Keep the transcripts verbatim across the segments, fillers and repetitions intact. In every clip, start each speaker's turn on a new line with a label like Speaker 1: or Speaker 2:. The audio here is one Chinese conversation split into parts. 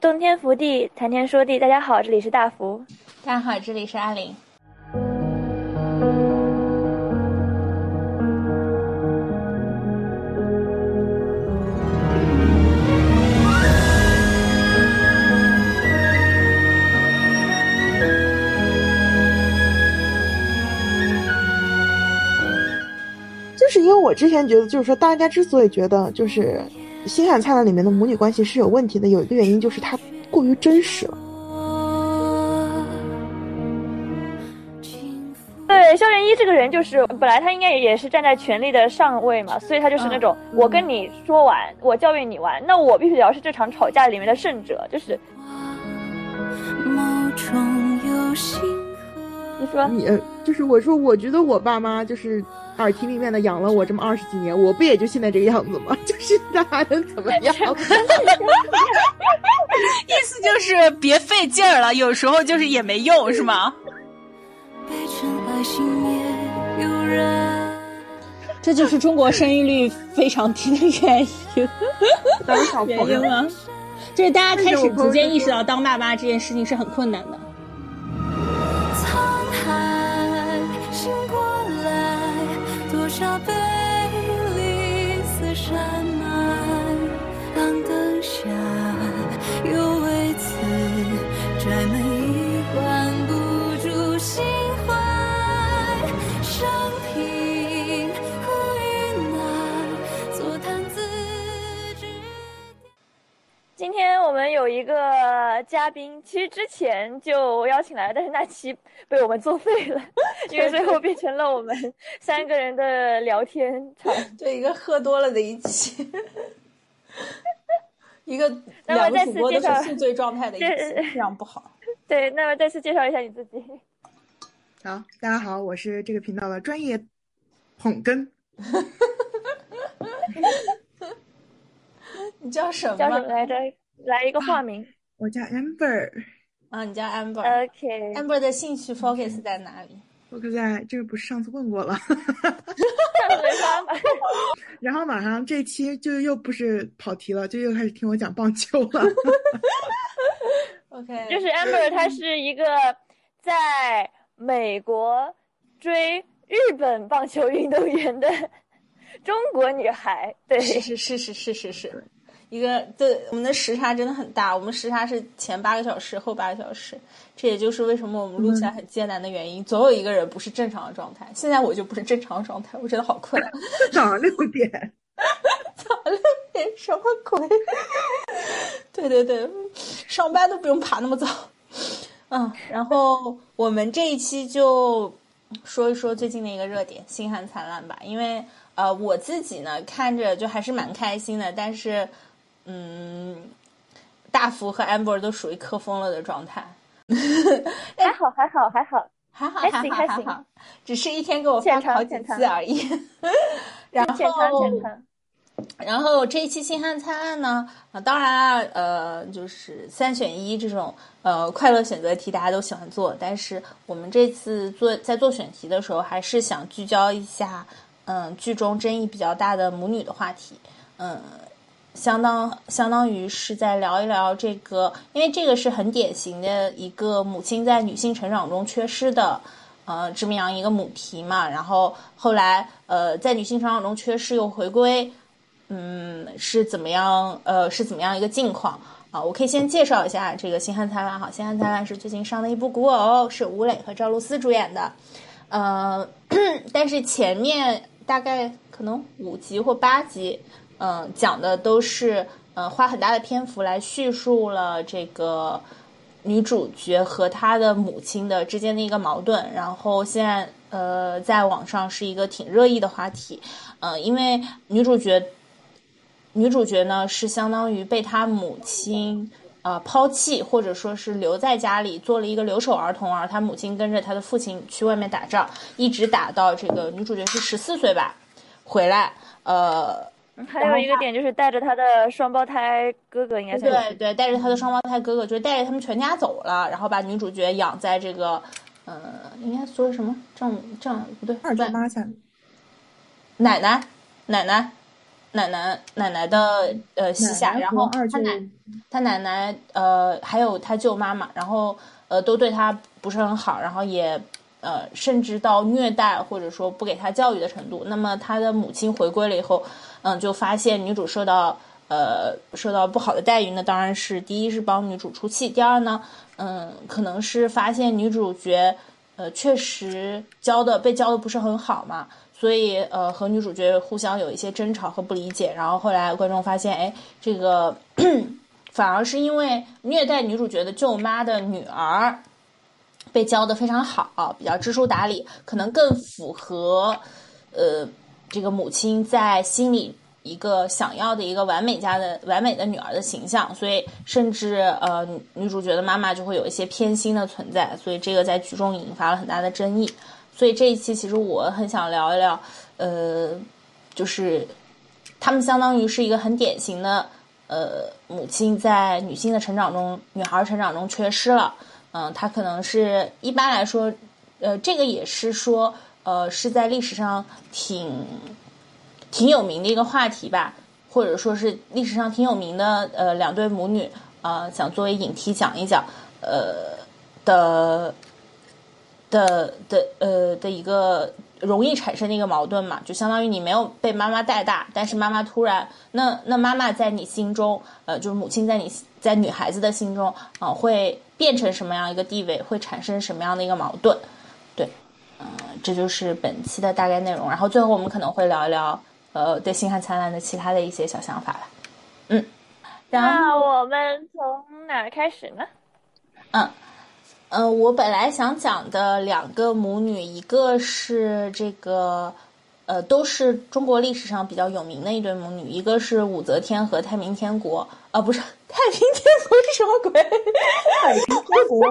Speaker 1: 洞天福地，谈天说地。大家好，这里是大福。
Speaker 2: 大家好，这里是阿玲。
Speaker 3: 就是因为我之前觉得，就是说大家之所以觉得就是《星汉灿烂》里面的母女关系是有问题的，有一个原因就是它过于真实了。
Speaker 1: 对，萧元一这个人就是本来他应该也是站在权力的上位嘛，所以他就是那种、嗯、我跟你说完，我教育你完，那我必须要是这场吵架里面的胜者，就是某种游戏。你说
Speaker 3: 你就是我说，我觉得我爸妈就是耳提面命的养了我这么二十几年，我不也就现在这个样子吗？就是那还能怎么样？
Speaker 2: 意思就是别费劲儿了，有时候就是也没用，是吗？这就是中国生育率非常低的原因。原因吗？就是大家开始逐渐意识到当爸妈这件事情是很困难的。
Speaker 4: 背离似山脉，当灯下又为此摘门一关不住心怀，生平苦与难，坐谈自知。
Speaker 1: 今天我们有一个嘉宾，其实之前就邀请来了，但是那期被我们作废了，因为最后变成了我们三个人的聊天场。
Speaker 2: 对，一个喝多了的一期，一个两个主播都是宿醉状态的一期，非常不好。
Speaker 1: 对，那么再次介绍一下你自己。
Speaker 3: 好，大家好，我是这个频道的专业捧哏。
Speaker 2: 你叫什么？
Speaker 1: 叫什么来着？来一个化名。啊、
Speaker 3: 我叫 Amber。
Speaker 2: 啊，你叫 Amber。OK。Amber 的兴趣 focus 在哪里
Speaker 3: ？focus 在这个不是上次问过了。然后马上这期就又不是跑题了，就又开始听我讲棒球了。
Speaker 2: OK。
Speaker 1: 就是 Amber， 她是一个在美国追日本棒球运动员的中国女孩。对，
Speaker 2: 是是是是是是是。一个对我们的时差真的很大，我们时差是前八个小时后八个小时，这也就是为什么我们录起来很艰难的原因。嗯、总有一个人不是正常的状态，现在我就不是正常的状态，我觉得好困难。
Speaker 3: 早上六点，
Speaker 2: 早上六点什么鬼？对对对，上班都不用爬那么早。嗯，然后我们这一期就说一说最近的一个热点《星汉灿烂》吧，因为呃我自己呢看着就还是蛮开心的，但是。嗯，大福和 Amber 都属于磕疯了的状态。
Speaker 1: 还好，还好，还好，
Speaker 2: 还好，还好，还好，还好，只是一天给我发好几次而已。然后，然后这一期《星汉灿烂》呢，啊，当然啊，呃，就是三选一这种呃快乐选择题，大家都喜欢做，但是我们这次做在做选题的时候，还是想聚焦一下，嗯，剧中争议比较大的母女的话题，嗯。相当相当于是在聊一聊这个，因为这个是很典型的一个母亲在女性成长中缺失的，呃，这么样一个母题嘛。然后后来，呃，在女性成长中缺失又回归，嗯，是怎么样？呃，是怎么样一个境况啊？我可以先介绍一下这个《星汉灿烂》哈，《星汉灿烂》是最近上的一部古偶，是吴磊和赵露思主演的，呃，但是前面大概可能五集或八集。嗯，讲的都是呃花很大的篇幅来叙述了这个女主角和她的母亲的之间的一个矛盾，然后现在呃在网上是一个挺热议的话题，呃，因为女主角女主角呢是相当于被她母亲呃抛弃，或者说是留在家里做了一个留守儿童，而她母亲跟着她的父亲去外面打仗，一直打到这个女主角是十四岁吧回来，呃。
Speaker 1: 还有一个点就是带着他的双胞胎哥哥，应该算
Speaker 2: 是对对，带着他的双胞胎哥哥，就是带着他们全家走了，然后把女主角养在这个，呃，应该说什么丈丈不对，
Speaker 3: 二舅妈家，
Speaker 2: 奶奶奶奶奶奶奶奶的呃膝下，然后他奶他奶奶呃还有他舅妈妈，然后呃都对他不是很好，然后也呃甚至到虐待或者说不给他教育的程度。那么他的母亲回归了以后，嗯，就发现女主受到呃受到不好的待遇，那当然是第一是帮女主出气，第二呢，嗯，可能是发现女主角呃确实教的被教的不是很好嘛。所以，呃，和女主角互相有一些争吵和不理解，然后后来观众发现，哎，这个反而是因为虐待女主角的舅妈的女儿被教得非常好，比较知书达理，可能更符合，呃，这个母亲在心里一个想要的一个完美家的完美的女儿的形象，所以甚至呃，女主角的妈妈就会有一些偏心的存在，所以这个在剧中引发了很大的争议。所以这一期其实我很想聊一聊，呃，就是他们相当于是一个很典型的，呃，母亲在女性的成长中，女孩成长中缺失了。嗯、呃，她可能是一般来说，呃，这个也是说，呃，是在历史上挺挺有名的一个话题吧，或者说是历史上挺有名的，呃，两对母女，呃，想作为引题讲一讲，呃的。的的呃的一个容易产生的一个矛盾嘛，就相当于你没有被妈妈带大，但是妈妈突然那那妈妈在你心中，呃，就是母亲在你在女孩子的心中啊、呃，会变成什么样一个地位，会产生什么样的一个矛盾？对，嗯、呃，这就是本期的大概内容。然后最后我们可能会聊一聊呃对《星汉灿烂》的其他的一些小想法了。嗯，然后
Speaker 1: 那我们从哪儿开始呢？
Speaker 2: 嗯。嗯、呃，我本来想讲的两个母女，一个是这个，呃，都是中国历史上比较有名的一对母女，一个是武则天和太平天国，啊、呃，不是太平天国是什么鬼？
Speaker 3: 太平天国，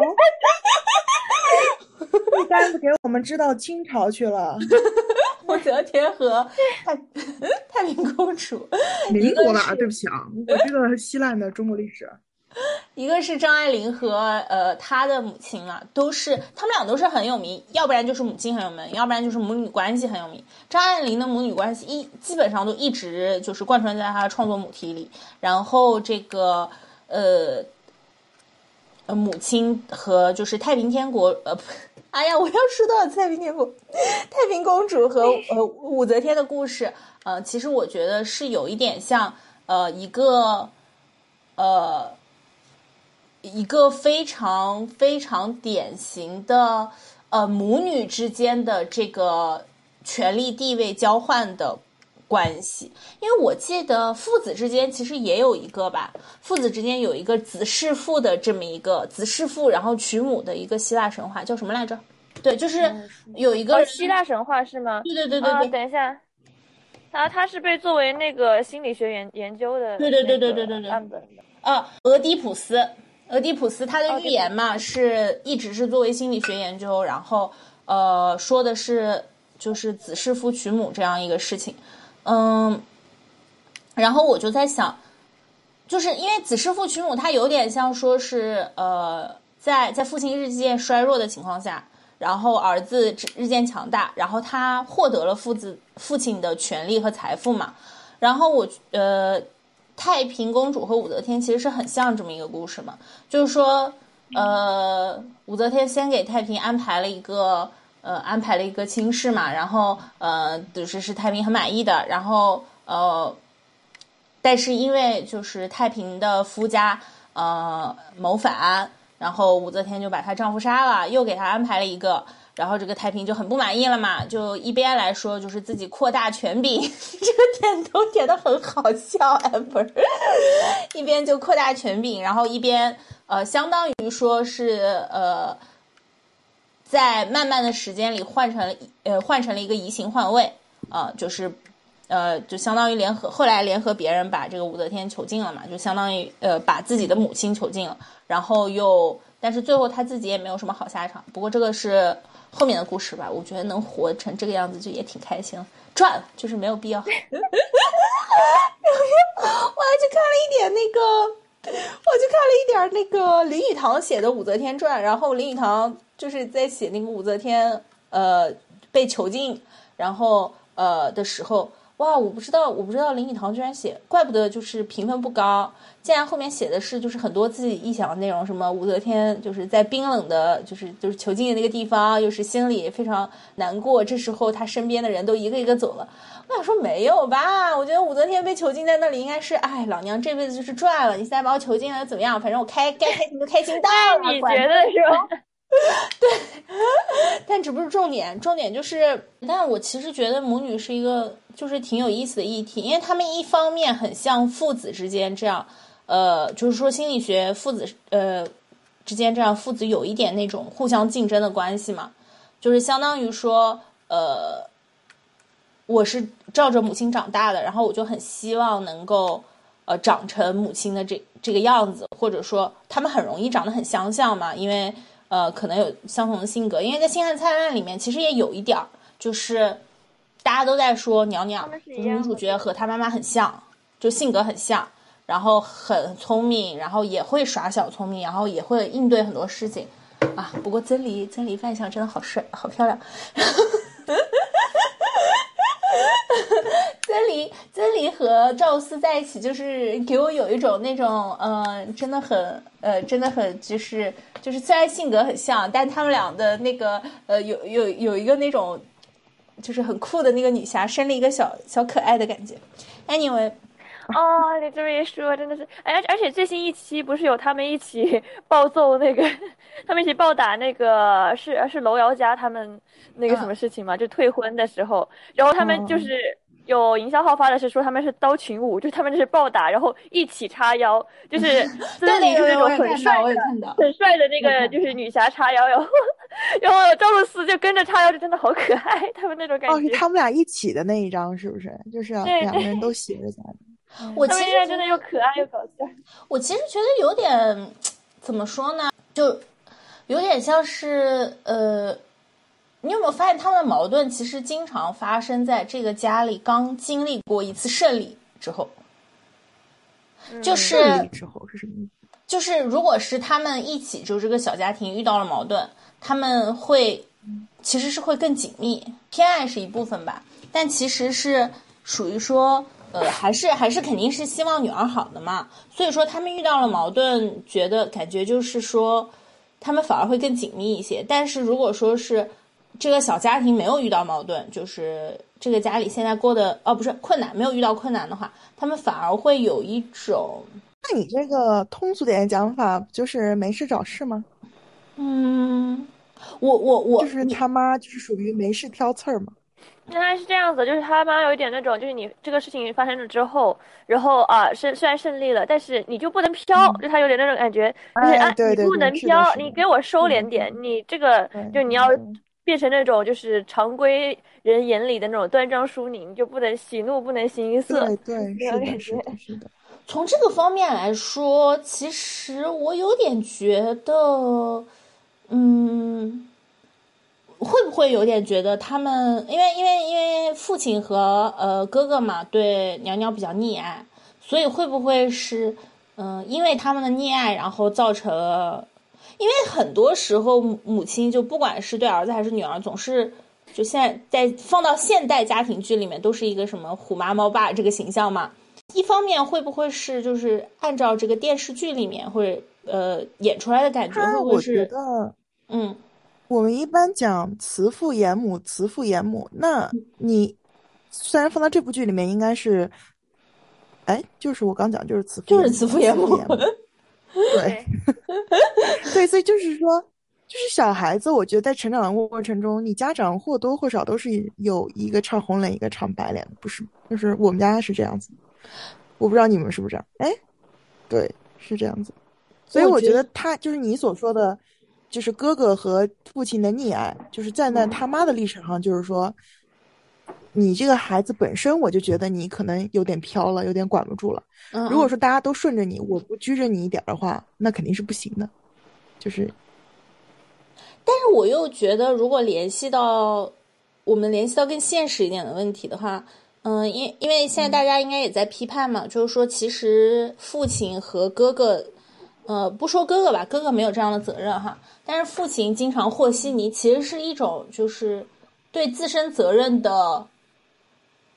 Speaker 3: 一竿子给我们支到清朝去了。
Speaker 2: 武则天和太太平公主，
Speaker 3: 民国吧？对不起啊，我这个稀烂的中国历史。
Speaker 2: 一个是张爱玲和呃她的母亲啊，都是他们俩都是很有名，要不然就是母亲很有名，要不然就是母女关系很有名。张爱玲的母女关系一基本上都一直就是贯穿在她的创作母题里，然后这个呃呃母亲和就是太平天国呃，哎呀，我要说到太平天国，太平公主和呃武则天的故事，呃，其实我觉得是有一点像呃一个呃。一个非常非常典型的呃母女之间的这个权力地位交换的关系，因为我记得父子之间其实也有一个吧，父子之间有一个子弑父的这么一个子弑父然后娶母的一个希腊神话，叫什么来着？对，就是有一个、
Speaker 1: 哦、希腊神话是吗？
Speaker 2: 对对对对对、
Speaker 1: 哦、等一下，他他是被作为那个心理学研研究的，
Speaker 2: 对对对对对对对
Speaker 1: 版本的
Speaker 2: 啊，俄狄浦斯。俄狄浦斯他的寓言嘛，是一直是作为心理学研究，然后呃说的是就是子弑父娶母这样一个事情，嗯，然后我就在想，就是因为子弑父娶母，它有点像说是呃在在父亲日渐衰弱的情况下，然后儿子日渐强大，然后他获得了父子父亲的权利和财富嘛，然后我呃。太平公主和武则天其实是很像这么一个故事嘛，就是说，呃，武则天先给太平安排了一个，呃，安排了一个亲事嘛，然后，呃，就是是太平很满意的，然后，呃，但是因为就是太平的夫家，呃，谋反，然后武则天就把她丈夫杀了，又给她安排了一个。然后这个太平就很不满意了嘛，就一边来说就是自己扩大权柄，这个点都点得很好笑 ，amber， 一边就扩大权柄，然后一边呃，相当于说是呃，在慢慢的时间里换成了呃换成了一个移形换位啊、呃，就是呃就相当于联合后来联合别人把这个武则天囚禁了嘛，就相当于呃把自己的母亲囚禁了，然后又但是最后他自己也没有什么好下场，不过这个是。后面的故事吧，我觉得能活成这个样子就也挺开心了，赚了，就是没有必要。我还去看了一点那个，我去看了一点那个林语堂写的《武则天传》，然后林语堂就是在写那个武则天呃被囚禁，然后呃的时候， 哇，我不知道，我不知道林语堂居然写，怪不得就是评分不高，竟然后面写的是就是很多自己臆想的内容，什么武则天就是在冰冷的，就是就是囚禁的那个地方，又是心里非常难过，这时候他身边的人都一个一个走了。我想说没有吧，我觉得武则天被囚禁在那里应该是，哎，老娘这辈子就是赚了，你现在把我囚禁了怎么样？反正我开该开心就开心到了。
Speaker 1: 你觉得是吧？
Speaker 2: 对，但这不是重点，重点就是，但我其实觉得母女是一个就是挺有意思的议题，因为他们一方面很像父子之间这样，呃，就是说心理学父子呃之间这样父子有一点那种互相竞争的关系嘛，就是相当于说，呃，我是照着母亲长大的，然后我就很希望能够呃长成母亲的这这个样子，或者说他们很容易长得很相像嘛，因为。呃，可能有相同的性格，因为在《星汉灿烂》里面，其实也有一点，就是大家都在说娘娘，就是女主角和她妈妈很像，就性格很像，然后很聪明，然后也会耍小聪明，然后也会应对很多事情啊。不过曾黎，曾黎扮相真的好帅，好漂亮。曾黎，曾黎和赵思在一起，就是给我有一种那种，呃，真的很，呃，真的很，就是就是虽然性格很像，但他们俩的那个，呃，有有有一个那种，就是很酷的那个女侠生了一个小小可爱的感觉。Anyway。
Speaker 1: 哦，你这么一说，真的是，哎，而且最新一期不是有他们一起暴揍那个，他们一起暴打那个是是娄瑶家他们那个什么事情嘛？嗯、就退婚的时候，然后他们就是有营销号发的是说他们是刀群舞，就他们就是暴打，然后一起叉腰，就是曾黎是那种很帅的、很帅的那个就是女侠叉腰，然后然后赵露思就跟着叉腰，就真的好可爱，他们那种感觉。
Speaker 3: 哦，是他们俩一起的那一张是不是？就是两个人都斜着在那。
Speaker 2: 我其实
Speaker 1: 真的又可爱又搞笑。
Speaker 2: 我其实觉得有点怎么说呢，就有点像是呃，你有没有发现他们的矛盾其实经常发生在这个家里刚经历过一次胜利之后，就是
Speaker 3: 胜利之后是什么意思？
Speaker 2: 就是如果是他们一起就这个小家庭遇到了矛盾，他们会其实是会更紧密，偏爱是一部分吧，但其实是属于说。呃，还是还是肯定是希望女儿好的嘛，所以说他们遇到了矛盾，觉得感觉就是说，他们反而会更紧密一些。但是如果说是这个小家庭没有遇到矛盾，就是这个家里现在过的哦不是困难，没有遇到困难的话，他们反而会有一种。
Speaker 3: 那你这个通俗点的讲法，就是没事找事吗？
Speaker 2: 嗯，我我我
Speaker 3: 就是他妈就是属于没事挑刺儿嘛。
Speaker 1: 那是这样子，就是他妈有一点那种，就是你这个事情发生了之后，然后啊，胜虽然胜利了，但是你就不能飘，嗯、就他有点那种感觉，就是啊，
Speaker 3: 对对对
Speaker 1: 你不能飘，
Speaker 3: 你
Speaker 1: 给我收敛点，你这个就你要变成那种就是常规人眼里的那种端庄淑女，你就不能喜怒不能形于色。
Speaker 3: 对对，是的，是的，是的。
Speaker 2: 从这个方面来说，其实我有点觉得，嗯。会不会有点觉得他们，因为因为因为父亲和呃哥哥嘛，对娘娘比较溺爱，所以会不会是嗯、呃，因为他们的溺爱，然后造成了，因为很多时候母亲就不管是对儿子还是女儿，总是就现在在放到现代家庭剧里面，都是一个什么虎妈猫爸这个形象嘛。一方面会不会是就是按照这个电视剧里面或者呃演出来的感觉，会不会是？
Speaker 3: 我觉得，
Speaker 2: 嗯。
Speaker 3: 我们一般讲慈父严母，慈父严母。那你虽然放到这部剧里面，应该是，哎，就是我刚讲，就是慈父，
Speaker 2: 就是慈父严母。
Speaker 3: 对，对，所以就是说，就是小孩子，我觉得在成长的过程中，你家长或多或少都是有一个唱红脸，一个唱白脸，不是？就是我们家是这样子，我不知道你们是不是这样？哎，对，是这样子。所以我觉得他就是你所说的。就是哥哥和父亲的溺爱，就是站在他妈的立场上，就是说，你这个孩子本身，我就觉得你可能有点飘了，有点管不住了。
Speaker 2: 嗯，
Speaker 3: 如果说大家都顺着你，我不拘着你一点的话，那肯定是不行的。就是，
Speaker 2: 但是我又觉得，如果联系到我们联系到更现实一点的问题的话，嗯，因因为现在大家应该也在批判嘛，嗯、就是说，其实父亲和哥哥。呃，不说哥哥吧，哥哥没有这样的责任哈。但是父亲经常和稀泥，其实是一种就是对自身责任的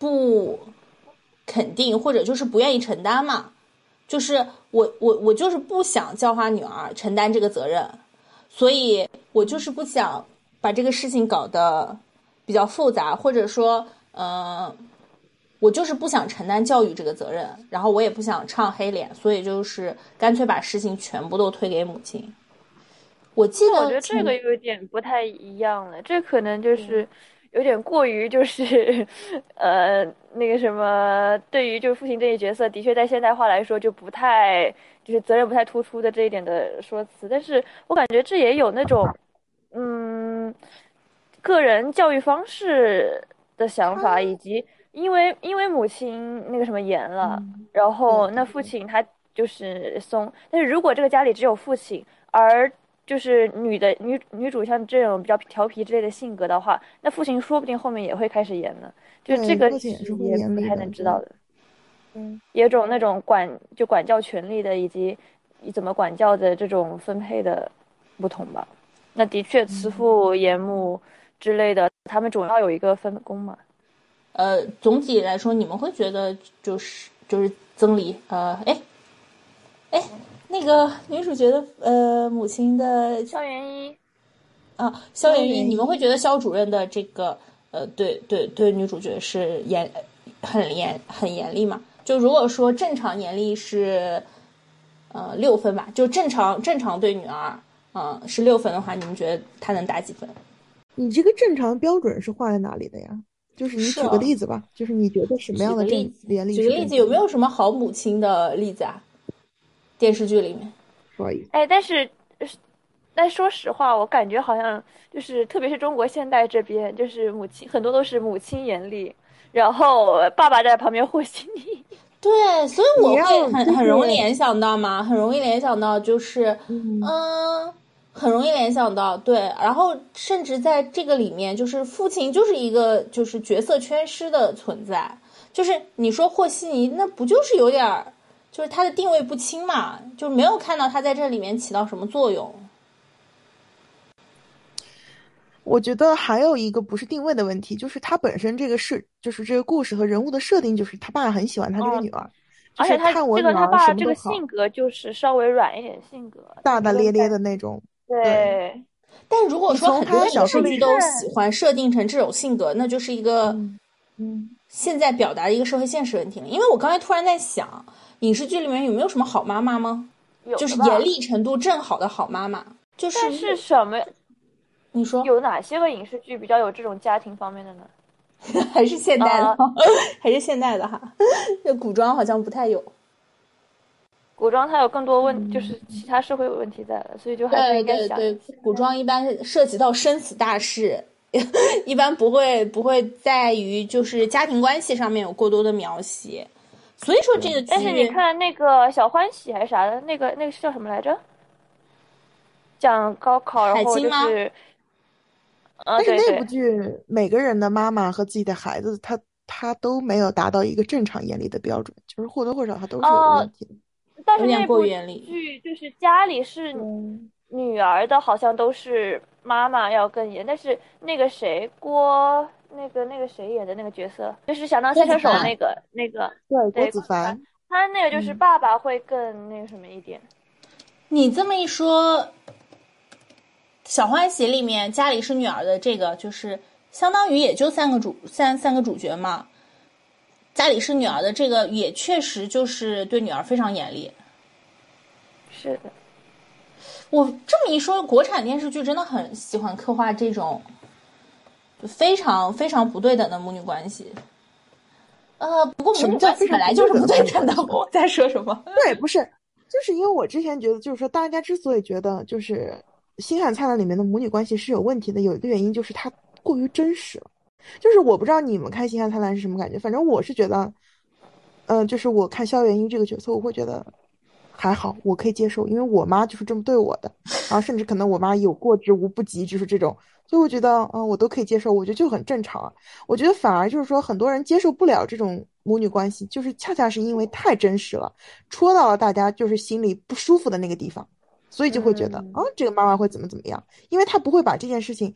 Speaker 2: 不肯定，或者就是不愿意承担嘛。就是我我我就是不想教化女儿承担这个责任，所以我就是不想把这个事情搞得比较复杂，或者说，嗯、呃，我就是不想承担教育这个责任，然后我也不想唱黑脸，所以就是干脆把事情全部都推给母亲。我记得，
Speaker 1: 我觉得这个有点不太一样了，这可能就是有点过于就是，呃，那个什么，对于就是父亲这一角色，的确在现代化来说就不太就是责任不太突出的这一点的说辞，但是我感觉这也有那种，嗯，个人教育方式的想法，以及因为因为母亲那个什么严了，
Speaker 3: 嗯
Speaker 1: 然后
Speaker 3: 对
Speaker 1: 那父亲他就是松，但是如果这个家里只有父亲，而就是女的女女主像这种比较调皮之类的性格的话，那父亲说不定后面也会开始严的，就这
Speaker 3: 对，
Speaker 1: 个
Speaker 3: 父亲也是会
Speaker 1: 也不太
Speaker 3: 严厉的，对，
Speaker 1: 能知道的。
Speaker 3: 嗯，
Speaker 1: 也有种那种管就管教权力的以及你怎么管教的这种分配的不同吧。那的确，慈父严母之类的，他们总要有一个分工嘛。
Speaker 2: 呃，总体来说，你们会觉得就是就是曾黎，呃，哎，哎，那个女主角的呃母亲的
Speaker 1: 校园一
Speaker 2: 啊，萧元一，
Speaker 3: 萧元
Speaker 2: 你们会觉得萧主任的这个呃，对对对，女主角是严很严很严厉嘛？就如果说正常严厉是呃六分吧，就正常正常对女儿，嗯、呃、是六分的话，你们觉得她能打几分？
Speaker 3: 你这个正常标准是画在哪里的呀？就是你举个
Speaker 2: 是啊
Speaker 3: 例子吧，就是你觉得什么
Speaker 2: 举
Speaker 3: 样的正
Speaker 2: 个例子，
Speaker 3: 严厉
Speaker 2: 举个例子，
Speaker 3: 是正常的？
Speaker 2: 有没有什么好母亲的例子啊？电视剧里面，
Speaker 3: 所以
Speaker 1: 哎，但是，但说实话，我感觉好像就是，特别是中国现代这边，就是母亲很多都是母亲严厉，然后爸爸在旁边和稀泥。
Speaker 2: 对，所以我
Speaker 3: 你要
Speaker 2: 会很
Speaker 3: 就是
Speaker 2: 很容易联想到嘛，很容易联想到就是，
Speaker 3: 嗯
Speaker 2: 嗯，很容易联想到对，然后甚至在这个里面，就是父亲就是一个就是角色缺失的存在，就是你说和稀泥，那不就是有点儿，就是他的定位不清嘛，就没有看到他在这里面起到什么作用。
Speaker 3: 我觉得还有一个不是定位的问题，就是他本身这个是就是这个故事和人物的设定，就是他爸很喜欢他这个
Speaker 1: 哦
Speaker 3: 女儿，就是
Speaker 1: 而且他
Speaker 3: 看我女儿
Speaker 1: 这个他爸
Speaker 3: 什么都好，
Speaker 1: 这个性格就是稍微软一点性格，
Speaker 3: 大大咧咧
Speaker 1: 就不用太
Speaker 3: 的那种。
Speaker 1: 对。
Speaker 2: 但如果说
Speaker 3: 你从
Speaker 2: 很多
Speaker 3: 他小时候
Speaker 2: 影视剧都喜欢设定成这种性格，那就是一个
Speaker 3: 嗯嗯，
Speaker 2: 现在表达的一个社会现实问题了。因为我刚才突然在想，影视剧里面有没有什么好妈妈吗？
Speaker 1: 有
Speaker 2: 就是
Speaker 1: 的吧
Speaker 2: 严厉程度正好的好妈妈。就是
Speaker 1: 但是什么
Speaker 2: 你说
Speaker 1: 有哪些个影视剧比较有这种家庭方面的呢？
Speaker 2: 还是现代的，
Speaker 1: 啊
Speaker 2: 还是现代的哈？这古装好像不太有。
Speaker 1: 古装它有更多问，就是其他社会问题在了，所以就还是
Speaker 2: 对
Speaker 1: 应该想
Speaker 2: 对对，古装一般涉及到生死大事，一般不会不会在于就是家庭关系上面有过多的描写。所以说这个剧，
Speaker 1: 但是你看那个小欢喜还是啥的，那个那个是叫什么来着？讲高考，然后
Speaker 2: 海清吗
Speaker 1: 就是，呃，
Speaker 3: 但是
Speaker 1: 对对，
Speaker 3: 那部剧每个人的妈妈和自己的孩子，他他都没有达到一个正常严厉的标准，就是或多或少他都是有
Speaker 1: 哦
Speaker 3: 问题的。
Speaker 1: 但是
Speaker 2: 有点
Speaker 1: 那部
Speaker 2: 过于严厉
Speaker 1: 剧就是家里是
Speaker 3: 嗯，
Speaker 1: 女儿的，好像都是妈妈要更严，但是那个谁郭那个那个谁演的那个角色，就是想当赛车手
Speaker 2: 郭子
Speaker 1: 那个那个，
Speaker 3: 对，郭
Speaker 1: 对，
Speaker 3: 子凡，
Speaker 1: 他那个就是
Speaker 3: 嗯
Speaker 1: 爸爸会更那个什么一点。
Speaker 2: 你这么一说，小欢喜里面家里是女儿的这个，就是相当于也就三个主三三个主角嘛。家里是女儿的这个也确实就是对女儿非常严厉。
Speaker 1: 是的，
Speaker 2: 我这么一说，国产电视剧真的很喜欢刻画这种非常非常不对等的母女关系。呃，不过母女关系本来就是不对等的，我在说什么？
Speaker 3: 对，不是，就是因为我之前觉得，就是说大家之所以觉得就是《星汉灿烂》里面的母女关系是有问题的，有一个原因就是它过于真实了。就是我不知道你们看《星汉灿烂》是什么感觉，反正我是觉得，嗯、呃，就是我看萧元一这个角色，我会觉得还好，我可以接受，因为我妈就是这么对我的，然后甚至可能我妈有过之无不及，就是这种，所以我觉得啊、呃，我都可以接受，我觉得就很正常啊。我觉得反而就是说，很多人接受不了这种母女关系，就是恰恰是因为太真实了，戳到了大家就是心里不舒服的那个地方，所以就会觉得啊、
Speaker 1: 嗯
Speaker 3: 这个妈妈会怎么怎么样，因为她不会把这件事情。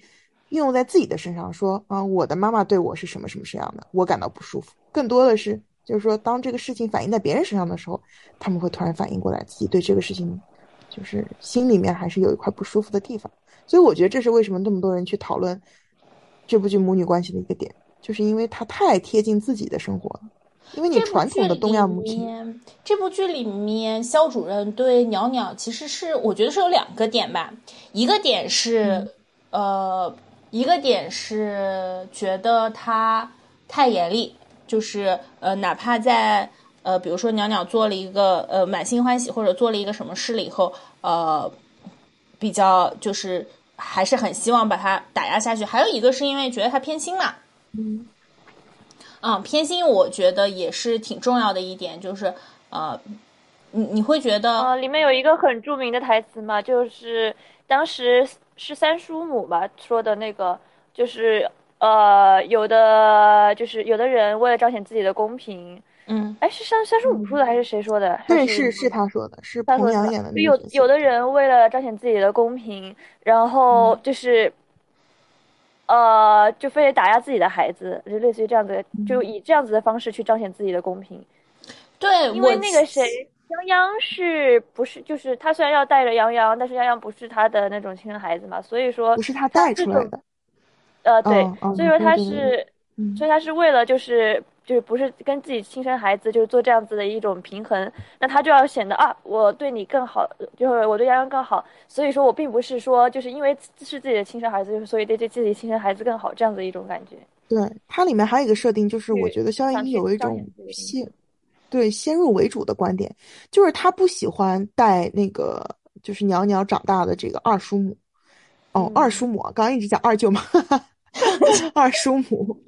Speaker 3: 运用在自己的身上，说啊，我的妈妈对我是什么什么什么样的，我感到不舒服。更多的是就是说，当这个事情反映在别人身上的时候，他们会突然反应过来，自己对这个事情就是心里面还是有一块不舒服的地方。所以我觉得这是为什么那么多人去讨论这部剧母女关系的一个点，就是因为它太贴近自己的生活了。因为你传统的东亚母亲，
Speaker 2: 这部剧里面肖主任对袅袅其实是我觉得是有两个点吧，一个点是、嗯、呃一个点是觉得他太严厉，就是呃哪怕在呃比如说袅袅做了一个呃满心欢喜或者做了一个什么事了以后，呃比较就是还是很希望把他打压下去。还有一个是因为觉得他偏心嘛，
Speaker 3: 嗯。
Speaker 2: 嗯，偏心我觉得也是挺重要的一点，就是呃，你你会觉得
Speaker 1: 呃，里面有一个很著名的台词嘛，就是当时是三叔母吧说的那个，就是呃，有的就是有的人为了彰显自己的公平，
Speaker 2: 嗯，
Speaker 1: 哎，是三三叔母说的还是谁说的？
Speaker 3: 对，
Speaker 1: 是
Speaker 3: 是是他说的，是彭阳演的那
Speaker 1: 有
Speaker 3: 个角色。
Speaker 1: 有的人为了彰显自己的公平，然后就是。嗯呃，就非得打压自己的孩子，就类似于这样子，就以这样子的方式去彰显自己的公平。
Speaker 2: 对，
Speaker 1: 因为那个谁，泱泱是不是就是他虽然要带着泱泱，但是泱泱不是他的那种亲生孩子嘛，所以说
Speaker 3: 不是他带出来的。
Speaker 1: 呃，对，
Speaker 3: 哦哦、
Speaker 1: 所以说他是，
Speaker 3: 对对对嗯、
Speaker 1: 所以他是为了就是就是不是跟自己亲生孩子就是做这样子的一种平衡，那他就要显得啊，我对你更好，就是我对泱泱更好，所以说我并不是说就是因为是自己的亲生孩子，所以对对自己亲生孩子更好这样子一种感觉。
Speaker 3: 对，它里面还有一个设定，就是我觉得肖央有一种先对先入为主的观点，就是他不喜欢带那个就是袅袅长大的这个二叔母。哦，
Speaker 1: 嗯、
Speaker 3: 二叔母，刚刚一直讲二舅妈，二叔母。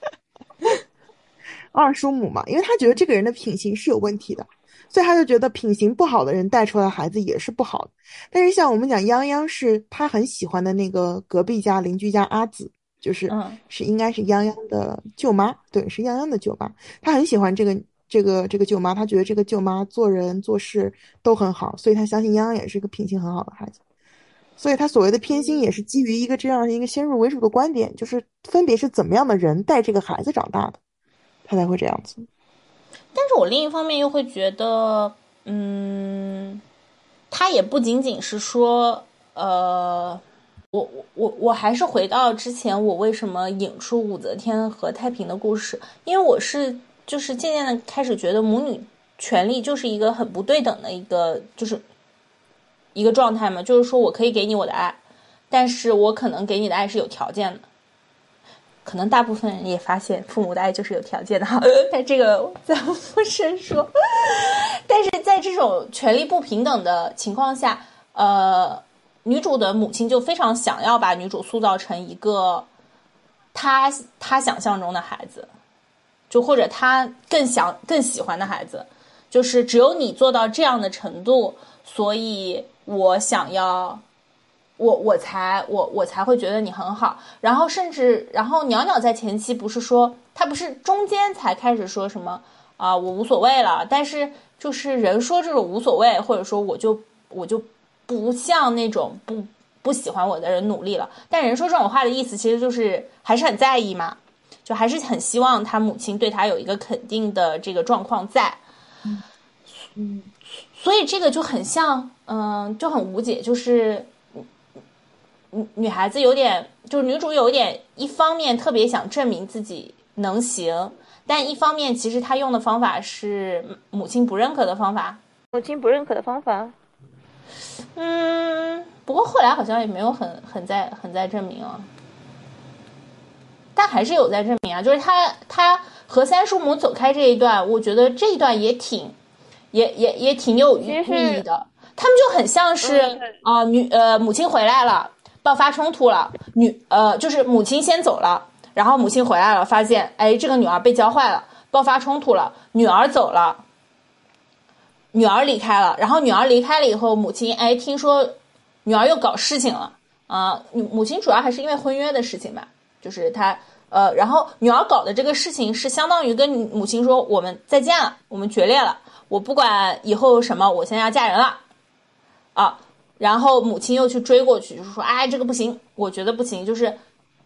Speaker 3: 二叔母嘛，因为他觉得这个人的品行是有问题的，所以他就觉得品行不好的人带出来的孩子也是不好的。但是像我们讲泱泱是他很喜欢的那个隔壁家邻居家阿紫，就是、
Speaker 2: 嗯、
Speaker 3: 是应该是泱泱的舅妈，对，是泱泱的舅妈。他很喜欢这个这个这个舅妈，他觉得这个舅妈做人做事都很好，所以他相信泱泱也是一个品行很好的孩子。所以他所谓的偏心也是基于一个这样一个先入为主的观点，就是分别是怎么样的人带这个孩子长大的。他才会这样子，
Speaker 2: 但是我另一方面又会觉得，嗯，他也不仅仅是说，呃，我我我还是回到之前我为什么引出武则天和太平的故事，因为我是就是渐渐的开始觉得母女权利就是一个很不对等的一个就是一个状态嘛，就是说我可以给你我的爱，但是我可能给你的爱是有条件的。可能大部分人也发现父母的爱就是有条件的哈，但这个咱不深说。但是在这种权力不平等的情况下，呃，女主的母亲就非常想要把女主塑造成一个她她想象中的孩子，就或者她更想更喜欢的孩子，就是只有你做到这样的程度，所以我想要。我我才我我才会觉得你很好，然后甚至然后袅袅在前期不是说他不是中间才开始说什么啊、呃、我无所谓了，但是就是人说这种无所谓，或者说我就我就不像那种不不喜欢我的人努力了，但人说这种话的意思其实就是还是很在意嘛，就还是很希望他母亲对他有一个肯定的这个状况在，
Speaker 3: 嗯嗯，
Speaker 2: 所以这个就很像嗯、呃、就很无解，就是女孩子有点就是女主有点一方面特别想证明自己能行，但一方面其实她用的方法是母亲不认可的方法，
Speaker 1: 母亲不认可的方法。
Speaker 2: 嗯，不过后来好像也没有很很在很在证明啊，但还是有在证明啊，就是她她和三叔母走开这一段，我觉得这一段也挺也也也挺有寓意的，他们就很像是啊、嗯呃、女呃母亲回来了。爆发冲突了，女呃就是母亲先走了，然后母亲回来了，发现哎这个女儿被教坏了，爆发冲突了，女儿走了，女儿离开了，然后女儿离开了以后，母亲哎听说女儿又搞事情了啊、呃，母亲主要还是因为婚约的事情吧，就是她呃，然后女儿搞的这个事情是相当于跟母亲说我们再见了，我们决裂了，我不管以后什么，我现在要嫁人了啊。然后母亲又去追过去，就是说，哎，这个不行，我觉得不行，就是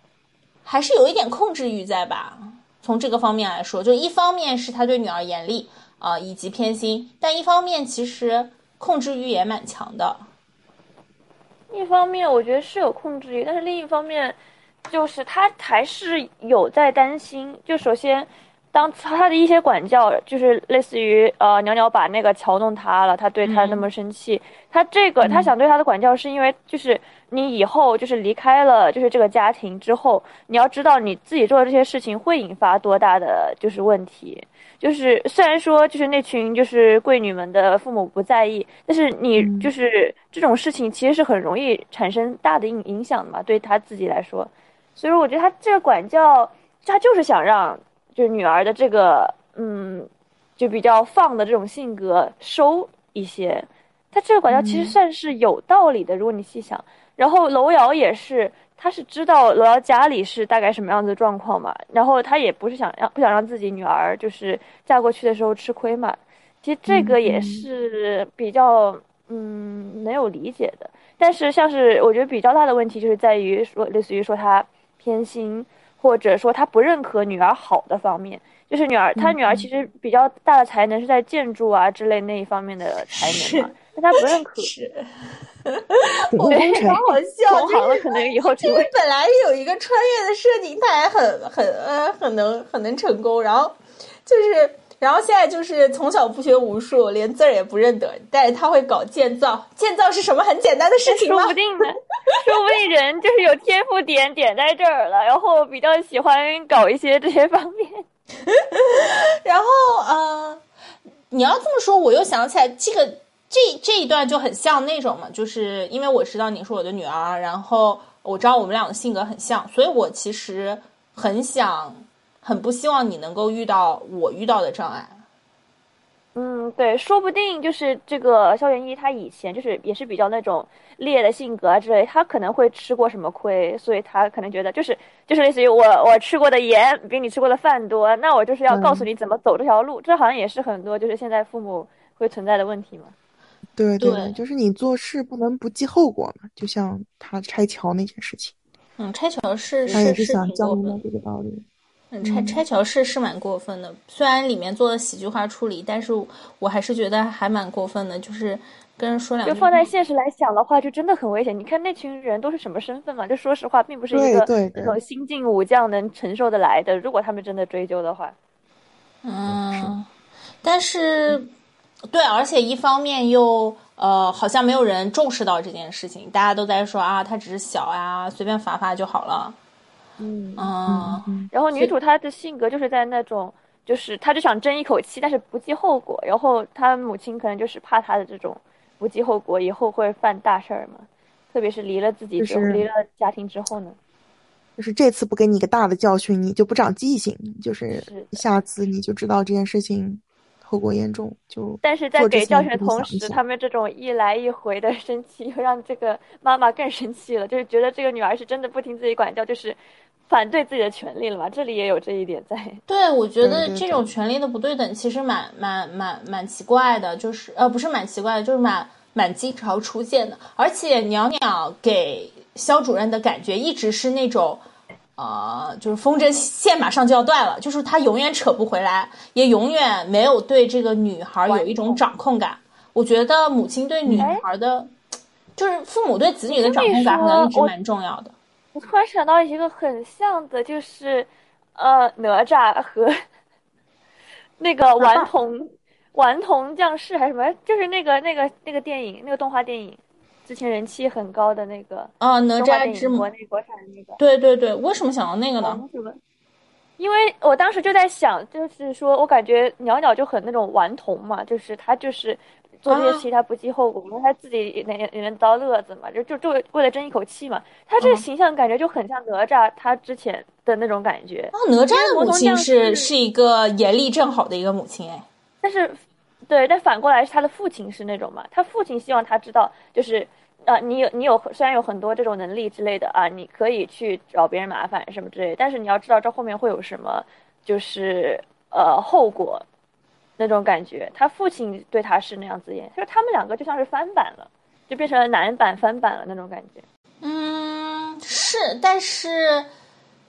Speaker 2: 还是有一点控制欲在吧。从这个方面来说，就一方面是他对女儿严厉啊、呃、以及偏心，但一方面其实控制欲也蛮强的。
Speaker 1: 一方面我觉得是有控制欲，但是另一方面就是他还是有在担心。就首先当他的一些管教就是类似于呃鸟鸟把那个桥弄塌了，他对他那么生气、嗯、他这个他想对他的管教是因为就是你以后就是离开了就是这个家庭之后，你要知道你自己做的这些事情会引发多大的就是问题。就是虽然说就是那群就是贵女们的父母不在意，但是你就是这种事情其实是很容易产生大的影影响的嘛，对他自己来说。所以我觉得他这个管教他就是想让就是女儿的这个嗯就比较放的这种性格收一些，他这个管教其实算是有道理的、嗯、如果你细想。然后楼瑶也是他是知道楼瑶家里是大概什么样子的状况嘛，然后他也不是想让不想让自己女儿就是嫁过去的时候吃亏嘛，其实这个也是比较嗯能有理解的。但是像是我觉得比较大的问题就是在于说类似于说他偏心，或者说他不认可女儿好的方面，就是女儿他女儿其实比较大的才能是在建筑啊之类那一方面的才能嘛，但他不认可。
Speaker 2: 是我觉得好好笑，
Speaker 1: 同行了可能以后
Speaker 2: 这个本来有一个穿越的设定，他还很很呃很能很能成功，然后就是然后现在就是从小不学无术，连字儿也不认得，但是他会搞建造，建造是什么很简单的事情吗？
Speaker 1: 说不定呢，说不定人就是有天赋点点在这儿了，然后比较喜欢搞一些这些方面。
Speaker 2: 然后呃，你要这么说，我又想起来这个。这这一段就很像那种嘛，就是因为我知道你是我的女儿，然后我知道我们俩的性格很像，所以我其实很想很不希望你能够遇到我遇到的障碍。
Speaker 1: 嗯，对，说不定就是这个萧元一他以前就是也是比较那种烈的性格啊之类，他可能会吃过什么亏，所以他可能觉得就是就是类似于我我吃过的盐比你吃过的饭多，那我就是要告诉你怎么走这条路、嗯、这好像也是很多就是现在父母会存在的问题嘛。
Speaker 3: 对对对，就是你做事不能不计后果嘛，就像他拆桥那件事情。
Speaker 2: 嗯，拆桥是
Speaker 3: 他也是
Speaker 2: 是
Speaker 3: 想教明白这个道理。
Speaker 2: 嗯，拆拆桥是是蛮过分的，虽然里面做了喜剧化处理，但是我还是觉得还蛮过分的，就是跟人说两句。
Speaker 1: 就放在现实来想的话，就真的很危险。你看那群人都是什么身份嘛？就说实话，并不是一个那种新晋武将能承受得来的。如果他们真的追究的话，
Speaker 2: 嗯，但是对，而且一方面又呃，好像没有人重视到这件事情，大家都在说啊，他只是小呀，随便罚罚就好了。
Speaker 1: 嗯
Speaker 2: 嗯，
Speaker 1: 然后女主她的性格就是在那种，就是她就想争一口气，但是不计后果。然后她母亲可能就是怕她的这种不计后果，以后会犯大事儿嘛。特别是离了自己之后，就是、离了家庭之后呢，
Speaker 3: 就是这次不给你一个大的教训，你就不长记性，就是下次你就知道这件事情后果严重。就
Speaker 1: 但是在给教训的同时，他们这种一来一回的生气，又让这个妈妈更生气了，就是觉得这个女儿是真的不听自己管教，就是反对自己的权利了嘛。这里也有这一点在。
Speaker 2: 对，我觉得这种权利的不对等其实蛮蛮蛮蛮奇怪的，就是呃不是蛮奇怪的，就是蛮蛮经常出现的。而且袅袅给肖主任的感觉一直是那种呃，就是风筝线马上就要断了，就是他永远扯不回来，也永远没有对这个女孩有一种掌控感。我觉得母亲对女孩的，就是父母对子女的掌控感可能一直蛮重要的。
Speaker 1: 我突然想到一个很像的，就是呃，哪吒和那个顽童顽童降世还是什么，就是那个那个那个电影，那个动画电影。之前人气很高的那个
Speaker 2: 啊，哪吒之母，
Speaker 1: 国内国产那个，
Speaker 2: 对对对，为什么想到那个呢？
Speaker 1: 因为我当时就在想，就是说我感觉袅袅就很那种顽童嘛，就是他就是做这些事情他不计后果，因为、啊、他自己也能也能遭乐子嘛，就就就为了争一口气嘛。他这个形象感觉就很像哪吒他之前的那种感觉。
Speaker 2: 啊，哪吒的母亲是是一个严厉正好的一个母亲哎，
Speaker 1: 但是。对，但反过来是他的父亲是那种嘛，他父亲希望他知道，就是呃，你有你有虽然有很多这种能力之类的啊，你可以去找别人麻烦什么之类的，但是你要知道这后面会有什么，就是呃后果那种感觉。他父亲对他是那样子演，就是他们两个就像是翻版了，就变成了男版翻版了那种感觉。
Speaker 2: 嗯，是，但是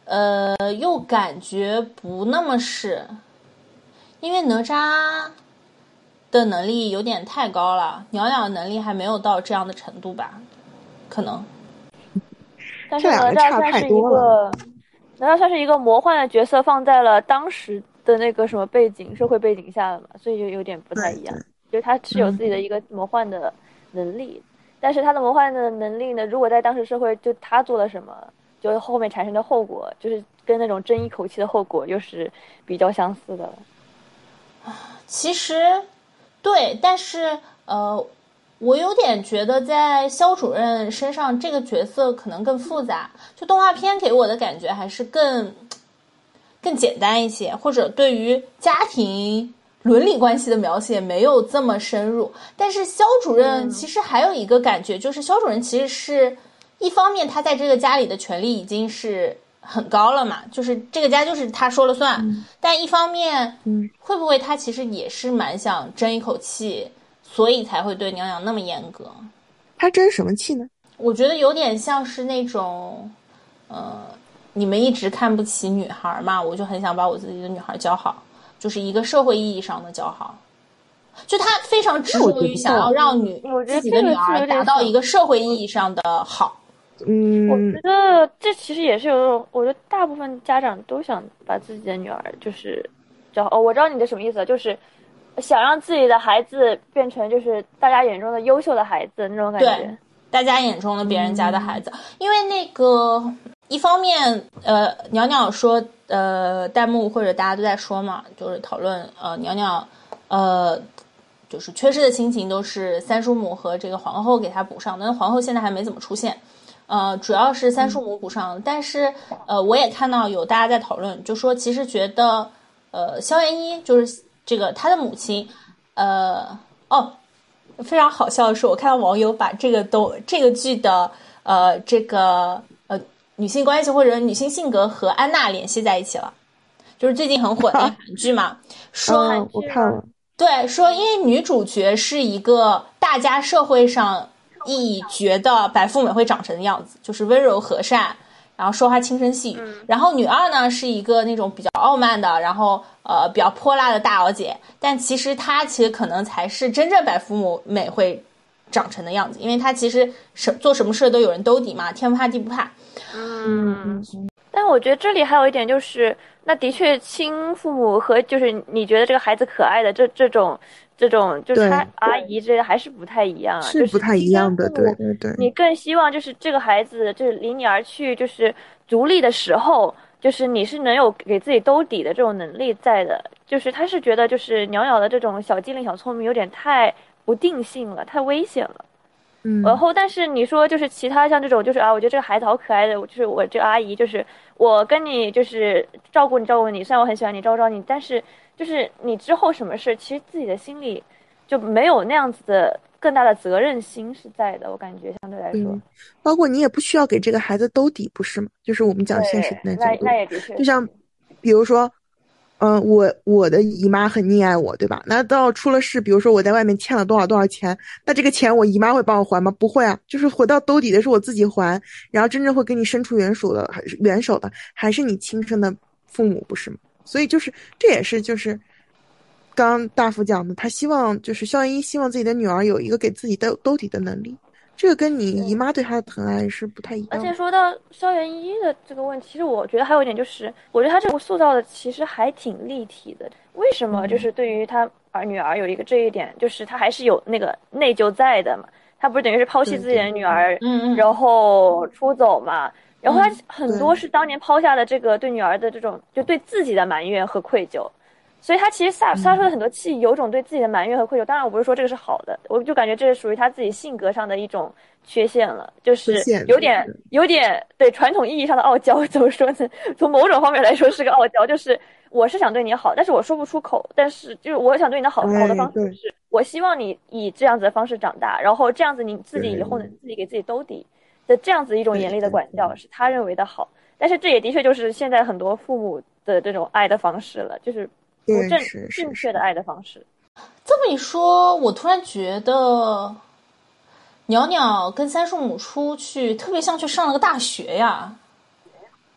Speaker 2: 呃，又感觉不那么是，因为哪吒的能力有点太高了，鸟鸟的能力还没有到这样的程度吧，可能。
Speaker 1: 但是哪吒算是一个，哪吒算是一个魔幻的角色，放在了当时的那个什么背景、社会背景下了嘛，所以就有点不太一样。就是他是有自己的一个魔幻的能力，嗯、但是他的魔幻的能力呢，如果在当时社会，就他做了什么，就后面产生的后果，就是跟那种争一口气的后果，又是比较相似的了。
Speaker 2: 其实，对，但是呃。我有点觉得在萧主任身上这个角色可能更复杂，就动画片给我的感觉还是更更简单一些，或者对于家庭伦理关系的描写没有这么深入。但是萧主任其实还有一个感觉，就是萧主任其实是一方面他在这个家里的权力已经是很高了嘛，就是这个家就是他说了算，嗯、但一方面，嗯，会不会他其实也是蛮想争一口气，所以才会对娘娘那么严格。
Speaker 3: 他争什么气呢？
Speaker 2: 我觉得有点像是那种呃，你们一直看不起女孩嘛，我就很想把我自己的女孩教好，就是一个社会意义上的教好。就他非常执着于想要让女自己的女儿达到一个社会意义上的好。
Speaker 3: 嗯，
Speaker 1: 我觉得这其实也是有，我觉得大部分家长都想把自己的女儿就是教好。哦，我知道你的什么意思，就是想让自己的孩子变成就是大家眼中的优秀的孩子那种感觉。
Speaker 2: 对，大家眼中的别人家的孩子，嗯、因为那个一方面，呃，鸟鸟说，呃，弹幕或者大家都在说嘛，就是讨论，呃，鸟鸟，呃，就是缺失的亲情都是三叔母和这个皇后给他补上，但是皇后现在还没怎么出现。呃，主要是三叔母补上，嗯、但是呃，我也看到有大家在讨论，就说其实觉得，呃，萧元一就是这个他的母亲，呃，哦，非常好笑的是，我看到网友把这个都这个剧的呃这个呃女性关系或者女性性格和安娜联系在一起了，就是最近很火的韩剧嘛，说、
Speaker 3: 嗯、我看了，
Speaker 2: 对，说因为女主角是一个大家社会上意义觉得白富美会长成的样子，就是温柔和善，然后说话轻声细语。嗯、然后女二呢是一个那种比较傲慢的，然后呃比较泼辣的大小姐，但其实她其实可能才是真正白富美会长成的样子，因为她其实什做什么事都有人兜底嘛，天不怕地不怕。
Speaker 1: 嗯，但我觉得这里还有一点就是，那的确亲父母和就是你觉得这个孩子可爱的这这种。这种就是他阿姨之类的还是不太一样啊，
Speaker 3: 是不太一样的，对对对。
Speaker 1: 你更希望就是这个孩子就是离你而去，就是独立的时候，就是你是能有给自己兜底的这种能力在的。就是他是觉得就是袅袅的这种小机灵小聪明有点太不定性了，太危险了。
Speaker 3: 嗯。
Speaker 1: 然后但是你说就是其他像这种就是啊，我觉得这个孩子好可爱的，就是我这个阿姨就是我跟你就是照顾你照顾你，虽然我很喜欢你照顾你，但是。就是你之后什么事，其实自己的心里就没有那样子的更大的责任心是在的，我感觉相对来说，
Speaker 3: 嗯、包括你也不需要给这个孩子兜底，不是吗？就是我们讲现实的那角度，
Speaker 1: 那也的确，
Speaker 3: 就像比如说，嗯、呃，我我的姨妈很溺爱我，对吧？那到出了事，比如说我在外面欠了多少多少钱，那这个钱我姨妈会帮我还吗？不会啊，就是回到兜底的是我自己还，然后真正会给你伸出援手的，还是援手的，还是你亲生的父母，不是吗？所以就是这也是就是刚刚大夫讲的，他希望就是萧元一希望自己的女儿有一个给自己兜兜底的能力，这个跟你姨妈对他的疼爱是不太一样的。
Speaker 1: 而且说到萧元一的这个问题，其实我觉得还有一点就是，我觉得他这个塑造的其实还挺立体的。为什么？就是对于他儿女儿有一个这一点，就是他还是有那个内疚在的嘛。他不是等于是抛弃自己的女儿，
Speaker 2: 嗯，
Speaker 1: 然后出走嘛。然后他很多是当年抛下的这个对女儿的这种就对自己的埋怨和愧疚，所以他其实撒撒出的很多气有种对自己的埋怨和愧疚。当然我不是说这个是好的，我就感觉这是属于他自己性格上的一种缺陷了，就是有点有点对传统意义上的傲娇。怎么说呢？从某种方面来说是个傲娇，就是我是想对你好，但是我说不出口，但是就是我想对你的好好的方式是我希望你以这样子的方式长大，然后这样子你自己以后能自己给自己兜底的这样子一种严厉的管教是他认为的好，但是这也的确就是现在很多父母的这种爱的方式了，就是不正正确的爱的方式。
Speaker 2: 这么一说，我突然觉得袅袅跟三叔母出去特别像去上了个大学呀。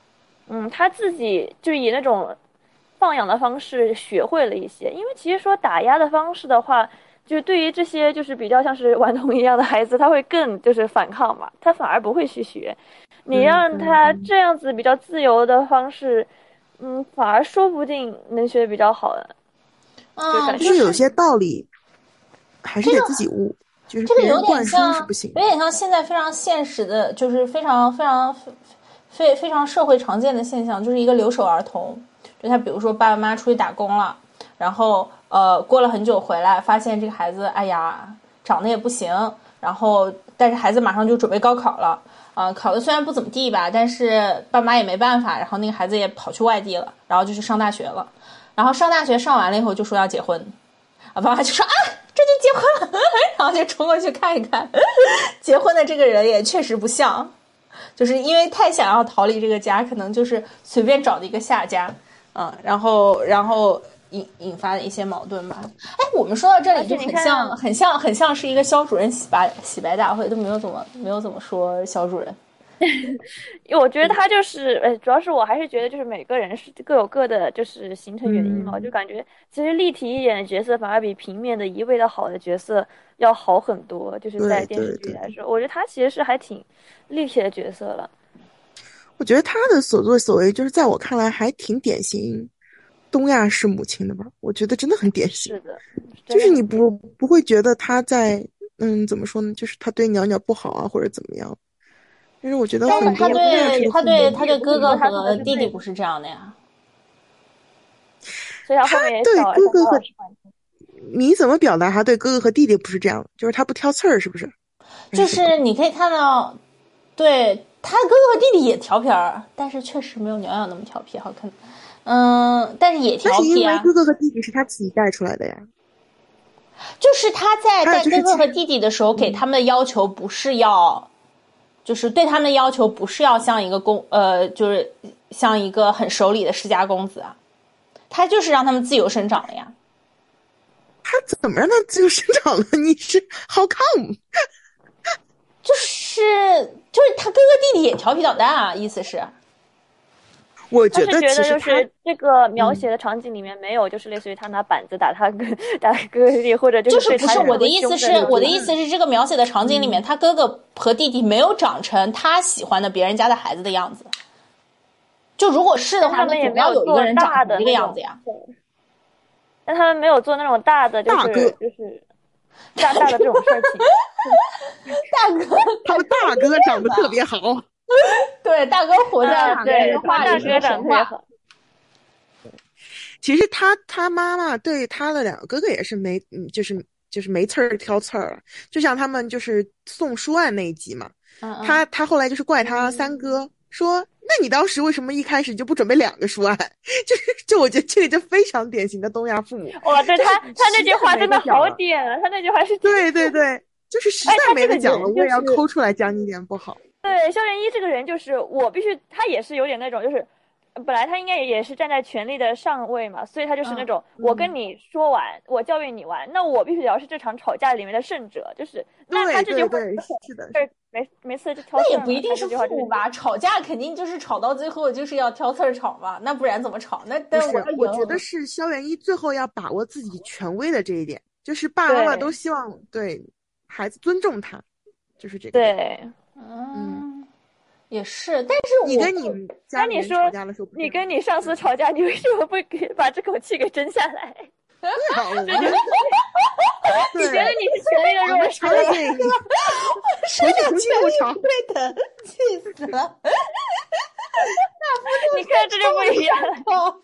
Speaker 1: 嗯，他自己就以那种放养的方式学会了一些。因为其实说打压的方式的话，就对于这些就是比较像是顽童一样的孩子，他会更就是反抗嘛，他反而不会去学。你让他这样子比较自由的方式，嗯，反而说不定能学得比较好的。
Speaker 2: 嗯，
Speaker 3: 就是有些道理还是得自己悟，
Speaker 2: 这个、
Speaker 3: 就是别人灌输
Speaker 2: 这个有点像
Speaker 3: 是不行，
Speaker 2: 有点像现在非常现实的，就是非常非常非非常社会常见的现象，就是一个留守儿童。就他比如说爸爸妈妈出去打工了，然后呃过了很久回来，发现这个孩子哎呀长得也不行，然后但是孩子马上就准备高考了。呃，考的虽然不怎么地吧，但是爸妈也没办法，然后那个孩子也跑去外地了，然后就去上大学了。然后上大学上完了以后就说要结婚，啊，爸妈就说啊，这就结婚了，然后就冲过去看一看，结婚的这个人也确实不像，就是因为太想要逃离这个家，可能就是随便找的一个下家，嗯，然后然后引引发的一些矛盾吧。哎，我们说到这里就很像很像很像是一个肖主任洗白洗白大会，都没有怎么没有怎么说肖主任。
Speaker 1: 因为我觉得他就是，呃，主要是我还是觉得就是每个人是各有各的，就是形成原因嘛。我、嗯、就感觉其实立体一点的角色反而比平面的一味的好的角色要好很多。就是在电视剧来说，我觉得他其实是还挺立体的角色了。
Speaker 3: 我觉得他的所作所为，就是在我看来还挺典型东亚式母亲的吧。我觉得真的很典型。
Speaker 1: 是的，
Speaker 3: 就是你不不会觉得他在嗯怎么说呢？就是他对鸟鸟不好啊，或者怎么样。但是我觉得很多
Speaker 2: 他对他对他对哥哥和弟弟不是这样的呀。
Speaker 1: 所以他后面也
Speaker 3: 对哥哥和你怎么表达他对哥哥和弟弟不是这样？就是他不挑刺儿，是不是？
Speaker 2: 就是你可以看到，对他哥哥和弟弟也调皮儿，但是确实没有鸟鸟那么调皮，好看。嗯，但是也调皮啊。
Speaker 3: 但是因为哥哥和弟弟是他自己带出来的呀。
Speaker 2: 就是他在带哥哥和弟弟的时候，给他们的要求不是要。就是对他们的要求不是要像一个公呃，就是像一个很守礼的世家公子啊，他就是让他们自由生长了呀。
Speaker 3: 他怎么让他自由生长了？你是 how come？
Speaker 2: 就是就是他哥哥弟弟也调皮捣蛋啊，意思是。
Speaker 3: 我觉得
Speaker 1: 觉得就是这个描写的场景里面没有，就是类似于他拿板子打他哥打哥哥弟弟，或者
Speaker 2: 就是
Speaker 1: 对
Speaker 2: 不是我的意思是，我的意思是这个描写的场景里面，嗯、他哥哥和弟弟没有长成他喜欢的别人家的孩子的样子。就如果是的话，那总要有一个人长成这个样子呀。
Speaker 1: 但他们没有做那种大的，就是就是大大的这种事情。
Speaker 2: 大哥，
Speaker 3: 他们大哥长得特别好。
Speaker 2: 对，大哥活在
Speaker 1: 啊，对，
Speaker 2: 大
Speaker 1: 哥长得特别好。
Speaker 3: 其实他他妈妈对他的两个哥哥也是没，嗯，就是就是没刺儿挑刺儿了。就像他们就是送书案那一集嘛，
Speaker 2: 嗯嗯
Speaker 3: 他他后来就是怪他三哥、嗯、说，那你当时为什么一开始就不准备两个书案？就是就我觉得这个就非常典型的东亚父母。
Speaker 1: 哇，对他他那句话真的好点啊，他那句话是
Speaker 3: 对对对，就是实在没得讲了，我也要抠出来讲你一点不好。
Speaker 1: 对，萧元一这个人就是我必须，他也是有点那种，就是本来他应该也是站在权力的上位嘛，所以他就是那种、嗯、我跟你说完、嗯，我教育你完，那我必须要是这场吵架里面的胜者，就是那他这句话
Speaker 3: 对对对是的，
Speaker 1: 没没次就挑刺儿。
Speaker 2: 那也不一定是父母吧，吵架肯定就是吵到最后就是要挑刺儿吵嘛，那不然怎么吵？那但
Speaker 3: 是我觉得是萧元一最后要把握自己权威的这一点，就是爸爸妈妈都希望对孩子尊重他，就是这个。
Speaker 1: 对。
Speaker 2: 嗯，也是，但是
Speaker 3: 你跟你家里人吵架的时候，
Speaker 1: 你跟你上司吵架，你为什么不给把这口气给争下来？
Speaker 3: 对啊，我
Speaker 1: 你觉得你是权力的弱势？
Speaker 2: 我是两权力对等，气死了！
Speaker 1: 你看这就不一样了，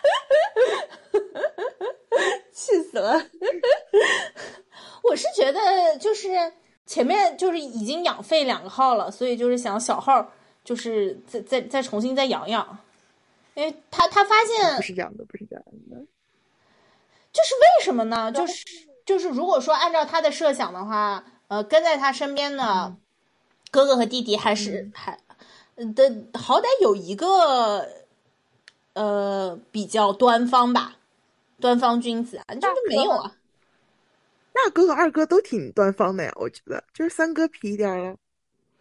Speaker 2: 气死了！我是觉得就是。前面就是已经养废两个号了，所以就是想小号就是再再再重新再养养，因为他他发现
Speaker 3: 不是这样的，不是这样的，
Speaker 2: 就是为什么呢？就是就是如果说按照他的设想的话，呃，跟在他身边的、嗯、哥哥和弟弟还是、嗯、还的好歹有一个呃比较端方吧，端方君子啊，就是没有啊。
Speaker 3: 大哥和二哥都挺端方的呀，我觉得就是三哥皮一点了。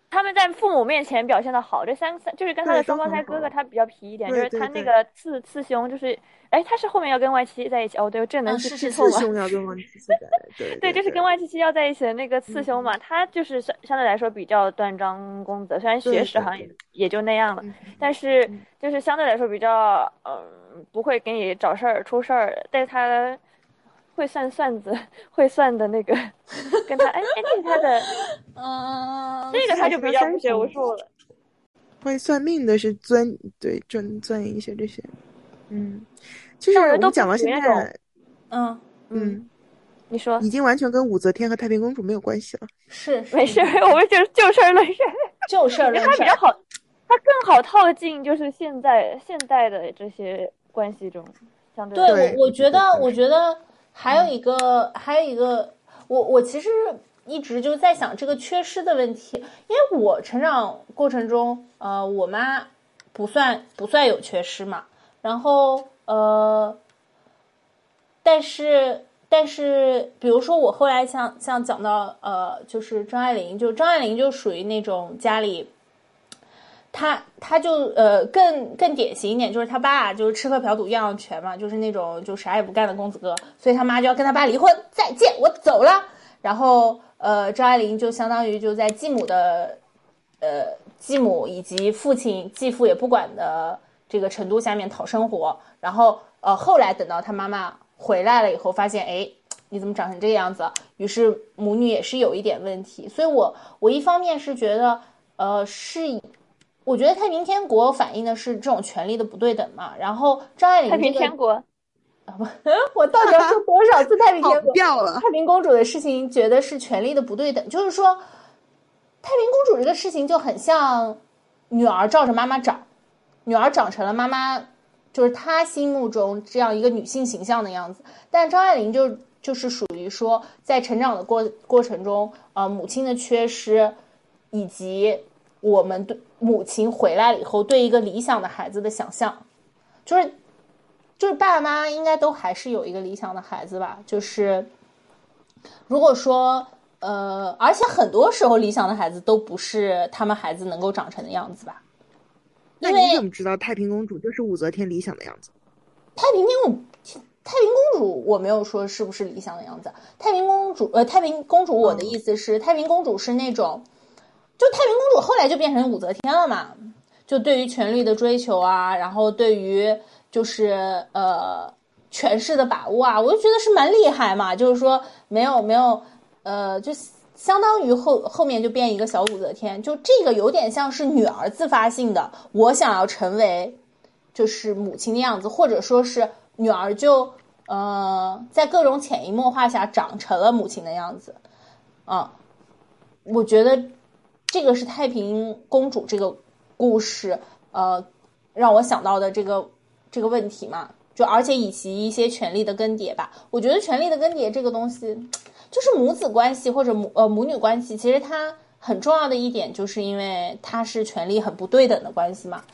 Speaker 1: 他们在父母面前表现的好，这三三就是跟他的双胞胎哥哥他比较皮一点，就是他那个次次兄就是，哎，他是后面要跟外戚在一起哦，对，这能是记错吗？
Speaker 3: 次兄要跟外戚在，对
Speaker 1: 对，就是跟外戚要在一起的那个次兄嘛，他就是相相对来说比较断章公则，虽然学识好像也也就那样了，但是就是相对来说比较嗯不会给你找事儿出事儿，但是他。会算算子，会算的那个，跟他哎哎，那他的，
Speaker 2: 嗯，
Speaker 1: 这个他就比较不学无术了。
Speaker 3: 会算命的是钻对钻钻一些这些，嗯，就是我们讲到现在，
Speaker 2: 嗯
Speaker 1: 嗯，你说
Speaker 3: 已经完全跟武则天和太平公主没有关系了。
Speaker 2: 是，
Speaker 1: 没事，我们就就事论事，
Speaker 2: 就事论事，
Speaker 1: 他比较好，他更好套进就是现在现代的这些关系中，相对
Speaker 2: 对我我觉得我觉得。还有一个，嗯、还有一个，我我其实一直就在想这个缺失的问题，因为我成长过程中，呃，我妈不算不算有缺失嘛，然后呃，但是但是，比如说我后来像像讲到呃，就是张爱玲，就张爱玲就属于那种家里。他他就呃更更典型一点，就是他爸就是吃喝嫖赌样样全嘛，就是那种就啥也不干的公子哥，所以他妈就要跟他爸离婚，再见，我走了。然后呃张爱玲就相当于就在继母的呃继母以及父亲继父也不管的这个程度下面讨生活。然后呃后来等到他妈妈回来了以后，发现哎你怎么长成这个样子？于是母女也是有一点问题。所以我我一方面是觉得呃是。我觉得太平天国反映的是这种权力的不对等嘛，然后张爱玲、这个、
Speaker 1: 太平天国
Speaker 2: 啊不，我到底要说多少次太平天国？
Speaker 3: 掉了。
Speaker 2: 太平公主的事情，觉得是权力的不对等，就是说，太平公主这个事情就很像女儿照着妈妈长，女儿长成了妈妈，就是她心目中这样一个女性形象的样子，但张爱玲就就是属于说，在成长的过过程中，呃，母亲的缺失，以及我们对母亲回来了以后对一个理想的孩子的想象，就是就是爸爸妈妈应该都还是有一个理想的孩子吧，就是如果说呃，而且很多时候理想的孩子都不是他们孩子能够长成的样子吧。
Speaker 3: 那你怎么知道太平公主就是武则天理想的样子？
Speaker 2: 太平公主太平公主我没有说是不是理想的样子，太平公主呃太平公主我的意思是、嗯、太平公主是那种就太平公主后来就变成武则天了嘛，就对于权力的追求啊，然后对于就是呃权势的把握啊，我就觉得是蛮厉害嘛，就是说没有没有呃就相当于后后面就变一个小武则天，就这个有点像是女儿自发性的，我想要成为就是母亲的样子，或者说是女儿就呃在各种潜移默化下长成了母亲的样子啊、嗯，我觉得。这个是太平公主这个故事，呃，让我想到的这个这个问题嘛，就而且以及一些权力的更迭吧。我觉得权力的更迭这个东西，就是母子关系或者母呃母女关系，其实它很重要的一点，就是因为它是权力很不对等的关系嘛。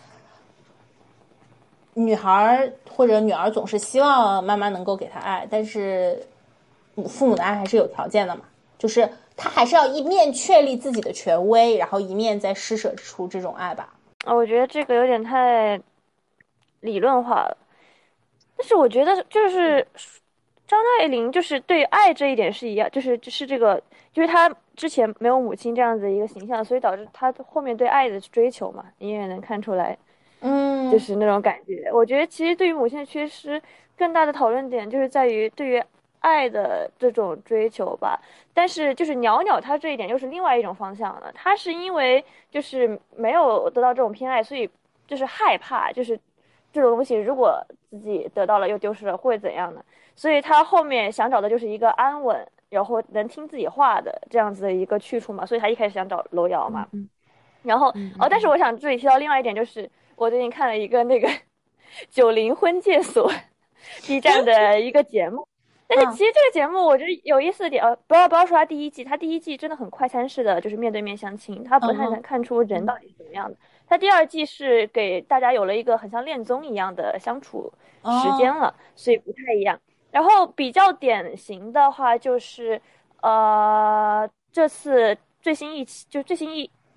Speaker 2: 女孩或者女儿总是希望妈妈能够给她爱，但是父母的爱还是有条件的嘛，就是他还是要一面确立自己的权威，然后一面再施舍出这种爱吧。
Speaker 1: 啊，我觉得这个有点太理论化了，但是我觉得就是张爱玲就是对爱这一点是一样，就是就是这个，就是她之前没有母亲这样子一个形象，所以导致她后面对爱的追求嘛，你也能看出来，
Speaker 2: 嗯，
Speaker 1: 就是那种感觉。我觉得其实对于母亲的缺失，更大的讨论点就是在于对于爱的这种追求吧，但是就是袅袅他这一点又是另外一种方向了。他是因为就是没有得到这种偏爱，所以就是害怕，就是这种东西如果自己得到了又丢失了会怎样呢？所以他后面想找的就是一个安稳，然后能听自己话的这样子的一个去处嘛。所以他一开始想找楼瑶嘛。
Speaker 3: 嗯、
Speaker 1: 然后哦，但是我想这里提到另外一点，就是我最近看了一个那个九零婚介所 B 站的一个节目。但是其实这个节目我觉得有意思的点，呃，不要不要说它第一季，它第一季真的很快餐式的，就是面对面相亲，它不太能看出人到底是怎么样的。它第二季是给大家有了一个很像恋综一样的相处时间了，所以不太一样。然后比较典型的话就是，呃，这次最新一期就最新一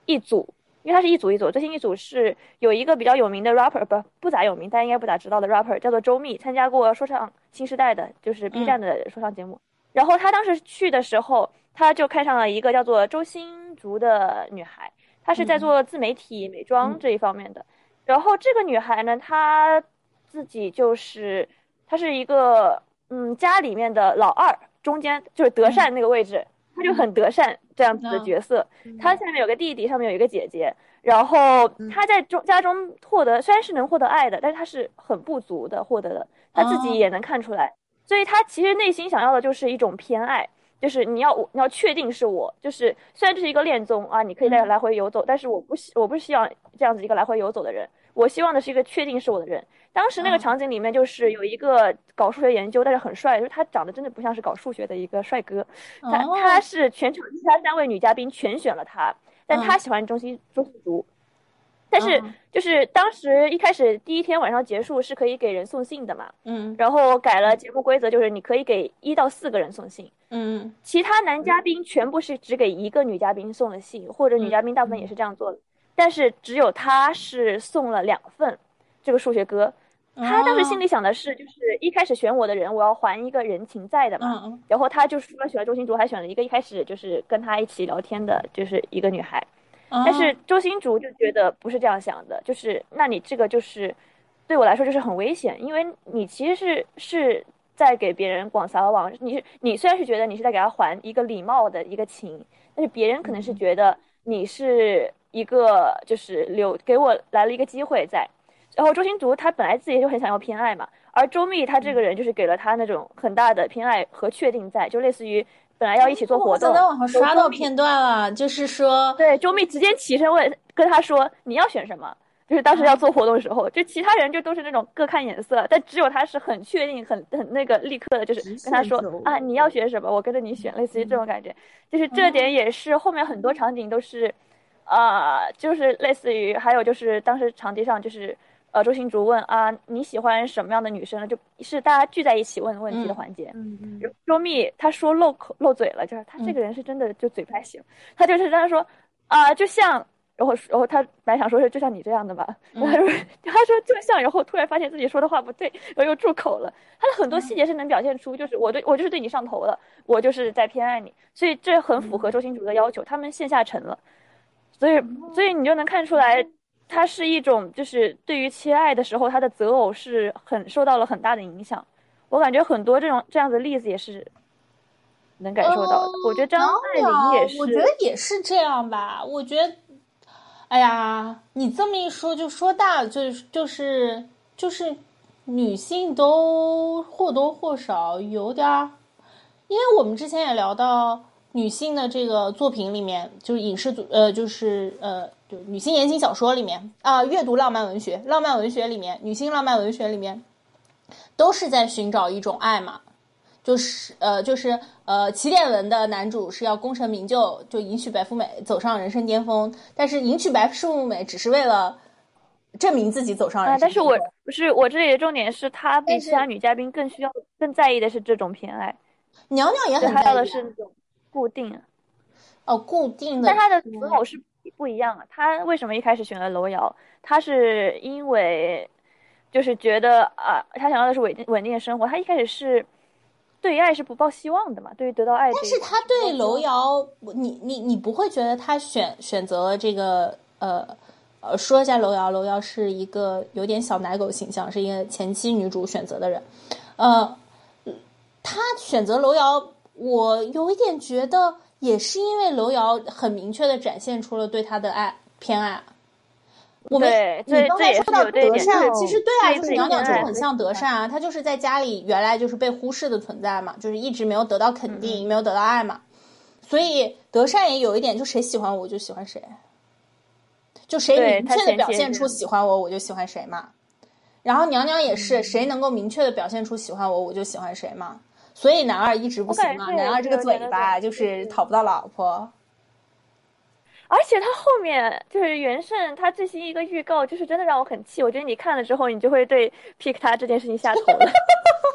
Speaker 1: 一组，因为他是一组一组，最新一组是有一个比较有名的 rapper， 不不咋有名，大家应该不咋知道的 rapper， 叫做周密，参加过说唱新时代的，就是 B 站的说唱节目。嗯、然后他当时去的时候，他就看上了一个叫做周星竹的女孩，她是在做自媒体美妆这一方面的。嗯、然后这个女孩呢，她自己就是她是一个嗯家里面的老二，中间就是德善那个位置。嗯他就很德善这样子的角色，嗯、他下面有个弟弟，上面有一个姐姐，然后他在中家中获得虽然是能获得爱的，但是他是很不足的获得的，他自己也能看出来，哦、所以他其实内心想要的就是一种偏爱，就是你要你要确定是我，就是虽然这是一个恋综啊，你可以在来回游走，嗯、但是我不希我不是希望这样子一个来回游走的人，我希望的是一个确定是我的人。当时那个场景里面就是有一个搞数学研究但是很帅，就是他长得真的不像是搞数学的一个帅哥，他他是全场其他三位女嘉宾全选了他，但他喜欢周星周星竹，但是就是当时一开始第一天晚上结束是可以给人送信的嘛，嗯，然后改了节目规则，就是你可以给一到四个人送信，嗯，其他男嘉宾全部是只给一个女嘉宾送了信，或者女嘉宾大部分也是这样做的，但是只有他是送了两份，这个数学哥。他当时心里想的是，就是一开始选我的人，我要还一个人情在的嘛。嗯、然后他就除了选了周星竹，还选了一个一开始就是跟他一起聊天的，就是一个女孩。嗯、但是周星竹就觉得不是这样想的，就是那你这个就是对我来说就是很危险，因为你其实是是在给别人广撒网。你你虽然是觉得你是在给他还一个礼貌的一个情，但是别人可能是觉得你是一个就是留给我来了一个机会在。然后周星竹他本来自己就很想要偏爱嘛，而周密他这个人就是给了他那种很大的偏爱和确定在，就类似于本来要一起做活动。
Speaker 2: 我在网上刷到片段了，就是说，
Speaker 1: 对，周密直接起身问跟他说你要选什么，就是当时要做活动的时候，就其他人就都是那种各看眼色，但只有他是很确定、很很那个立刻的，就是跟他说啊你要选什么，我跟着你选，类似于这种感觉。就是这点也是后面很多场景都是，啊、呃，就是类似于还有就是当时场地上就是。呃，周星竹问啊，你喜欢什么样的女生呢？就是大家聚在一起问问题的环节。嗯嗯。周密他说漏口漏嘴了，就是他这个人是真的就嘴不太行，嗯、他就是这样说啊、呃，就像，然后然后他本来想说是就像你这样的吧，然后他说、嗯、他说就像，然后突然发现自己说的话不对，然后又住口了。他的很多细节是能表现出，就是我对我就是对你上头了，我就是在偏爱你，所以这很符合周星竹的要求。他们线下成了，所以所以你就能看出来。它是一种，就是对于切爱的时候，他的择偶是很受到了很大的影响。我感觉很多这种这样的例子也是能感受到的。呃、我觉得张爱玲也是，
Speaker 2: 我觉得也是这样吧。我觉得，哎呀，你这么一说，就说大，就是就是就是女性都或多或少有点儿，因为我们之前也聊到女性的这个作品里面，就是影视组，呃，就是呃。就女性言情小说里面啊、呃，阅读浪漫文学，浪漫文学里面，女性浪漫文学里面，都是在寻找一种爱嘛，就是呃，就是呃，起点文的男主是要功成名就，就迎娶白富美，走上人生巅峰，但是迎娶白富美只是为了证明自己走上人生巅峰。啊、
Speaker 1: 但是我不是我这里的重点是，他比其他女嘉宾更需要、更在意的是这种偏爱。
Speaker 2: 娘娘也很
Speaker 1: 在意、啊，他要的是那种固定。
Speaker 2: 哦，固定的，
Speaker 1: 但他的择偶是。不一样啊，他为什么一开始选了楼瑶？他是因为就是觉得啊，他想要的是稳定稳定的生活。他一开始是对于爱是不抱希望的嘛，对于得到爱。
Speaker 2: 但是他对楼瑶，你你你不会觉得他选选择了这个呃呃，说一下楼瑶，楼瑶是一个有点小奶狗形象，是一个前期女主选择的人。呃，他选择楼瑶，我有一点觉得。也是因为楼瑶很明确的展现出了对他的爱偏爱。我们你刚才说到德善，其实对啊，就是娘娘就很像德善啊，她就是在家里原来就是被忽视的存在嘛，就是一直没有得到肯定，嗯、没有得到爱嘛。所以德善也有一点，就谁喜欢我就喜欢谁，就谁明确的表现出喜欢我，我就喜欢谁嘛。然后娘娘也是，嗯、谁能够明确的表现出喜欢我，我就喜欢谁嘛。所以男二一直不行嘛，男二这个嘴巴就是讨不到老婆。
Speaker 1: 而且他后面就是袁胜，他最新一个预告就是真的让我很气。我觉得你看了之后，你就会对 pick 他这件事情下头了。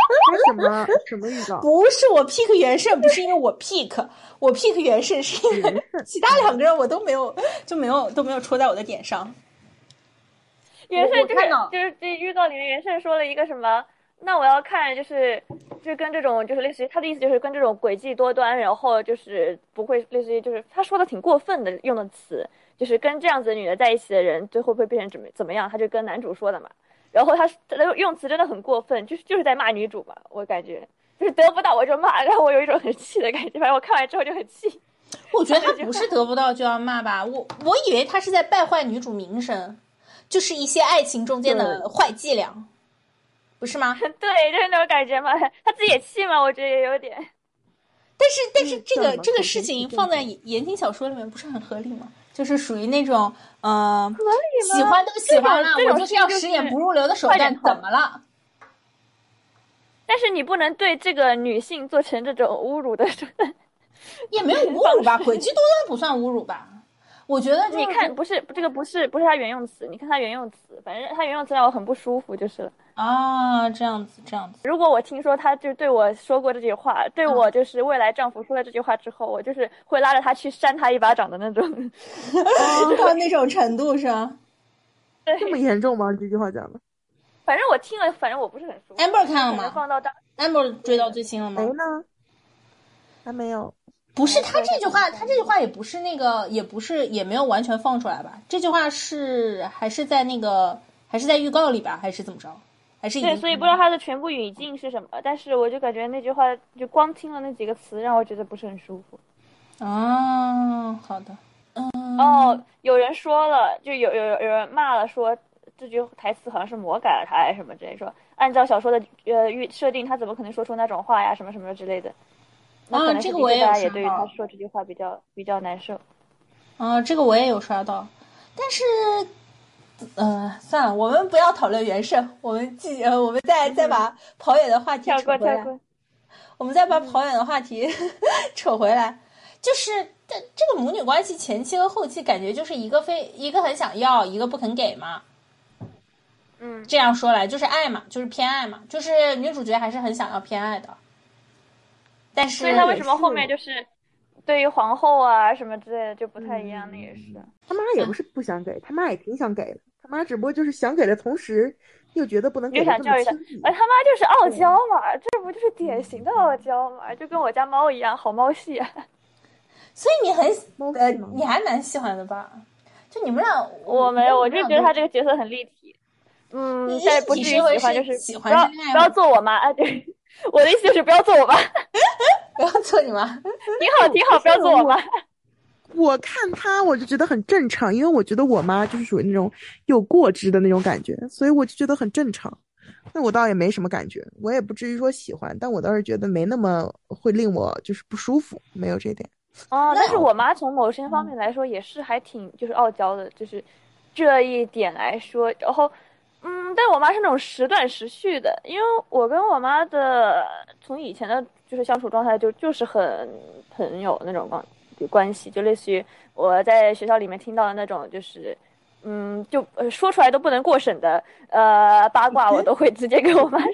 Speaker 3: 什么什么预告？
Speaker 2: 不是我 pick 袁胜，不是因为我 pick， 我 pick 袁胜是因为其他两个人我都没有就没有都没有戳在我的点上。
Speaker 1: 袁胜就是就是这预告里面袁胜说了一个什么？那我要看就是就跟这种就是类似于他的意思就是跟这种诡计多端，然后就是不会类似于就是他说的挺过分的用的词，就是跟这样子的女的在一起的人最后会变成怎么怎么样？他就跟男主说的嘛。然后他他的用词真的很过分，就是就是在骂女主嘛，我感觉就是得不到我就骂，然后我有一种很气的感觉，反正我看完之后就很气。
Speaker 2: 我觉得他不是得不到就要骂吧，我我以为他是在败坏女主名声。就是一些爱情中间的坏伎俩，不是吗？
Speaker 1: 对，就是那种感觉嘛。他自己也气嘛，我觉得也有点。
Speaker 2: 但是，但是这个、嗯、这个事情放在言情小说里面不是很合理吗？就是属于那种，嗯、呃，
Speaker 1: 合理吗？
Speaker 2: 喜欢都喜欢了，我就是要使眼不入流的手段，怎么了？
Speaker 1: 但是你不能对这个女性做成这种侮辱的手段。
Speaker 2: 也没有侮辱吧，诡计多端不算侮辱吧？我觉得、就是、
Speaker 1: 你看不是这个不是不是他原用词，你看他原用词，反正他原用词让我很不舒服就是了。
Speaker 2: 啊，这样子这样子。
Speaker 1: 如果我听说他就对我说过这句话，对我就是未来丈夫说了这句话之后，我就是会拉着他去扇他一巴掌的那种。
Speaker 2: 哦，到那种程度是吧？
Speaker 1: 对，
Speaker 3: 这么严重吗？这句话讲的。
Speaker 1: 反正我听了，反正我不是很舒服。
Speaker 2: Amber 看了吗？
Speaker 1: 放到当
Speaker 2: Amber 追到最新了吗？
Speaker 3: 没呢，还没有。
Speaker 2: 不是他这句话，他这句话也不是那个，也不是，也没有完全放出来吧？这句话是还是在那个，还是在预告里吧？还是怎么着？还是已经
Speaker 1: 对，所以不知道他的全部语境是什么。但是我就感觉那句话，就光听了那几个词，让我觉得不是很舒服。
Speaker 2: 哦，好的。嗯。
Speaker 1: 哦，有人说了，就有有有人骂了，说这句台词好像是魔改了他，还是什么之类，说按照小说的呃预设定，他怎么可能说出那种话呀，什么什么之类的。那可能是大家也对于他说这句话比较、哦、比较难受。
Speaker 2: 啊，这个我也有刷到，但是，呃，算了，我们不要讨论原胜，我们继呃，我们再再把跑远的话题扯回来。我们再把跑远的话题扯回来，就是这这个母女关系前期和后期感觉就是一个非一个很想要，一个不肯给嘛。
Speaker 1: 嗯，
Speaker 2: 这样说来就是爱嘛，就是偏爱嘛，就是女主角还是很想要偏爱的。但是，
Speaker 1: 所以他为什么后面就是对于皇后啊什么之类的就不太一样？那、嗯、也是
Speaker 3: 他妈也不是不想给，他妈也挺想给的，他妈只不过就是想给的同时又觉得不能给
Speaker 1: 得这么轻易。而他妈就是傲娇嘛，这不就是典型的傲娇嘛？就跟我家猫一样，好猫系啊。
Speaker 2: 所以你很呃，你还蛮喜欢的吧？就你们俩，
Speaker 1: 我没有，我就觉得他这个角色很立体。嗯，但是不至于喜欢，就是
Speaker 2: 喜欢
Speaker 1: 不要不要做我妈啊！对。我的意思就是不要做我妈，
Speaker 2: 不要做你妈，
Speaker 1: 挺好挺好，不要做我妈。
Speaker 3: 我看他我就觉得很正常，因为我觉得我妈就是属于那种有过之的那种感觉，所以我就觉得很正常。那我倒也没什么感觉，我也不至于说喜欢，但我倒是觉得没那么会令我就是不舒服，没有这点。
Speaker 1: 哦，但是我妈从某些方面来说也是还挺就是傲娇的，就是这一点来说，然后。嗯，但我妈是那种时断时续的，因为我跟我妈的从以前的就是相处状态就就是很朋友那种关关系，就类似于我在学校里面听到的那种，就是嗯，就说出来都不能过审的呃八卦，我都会直接跟我妈说，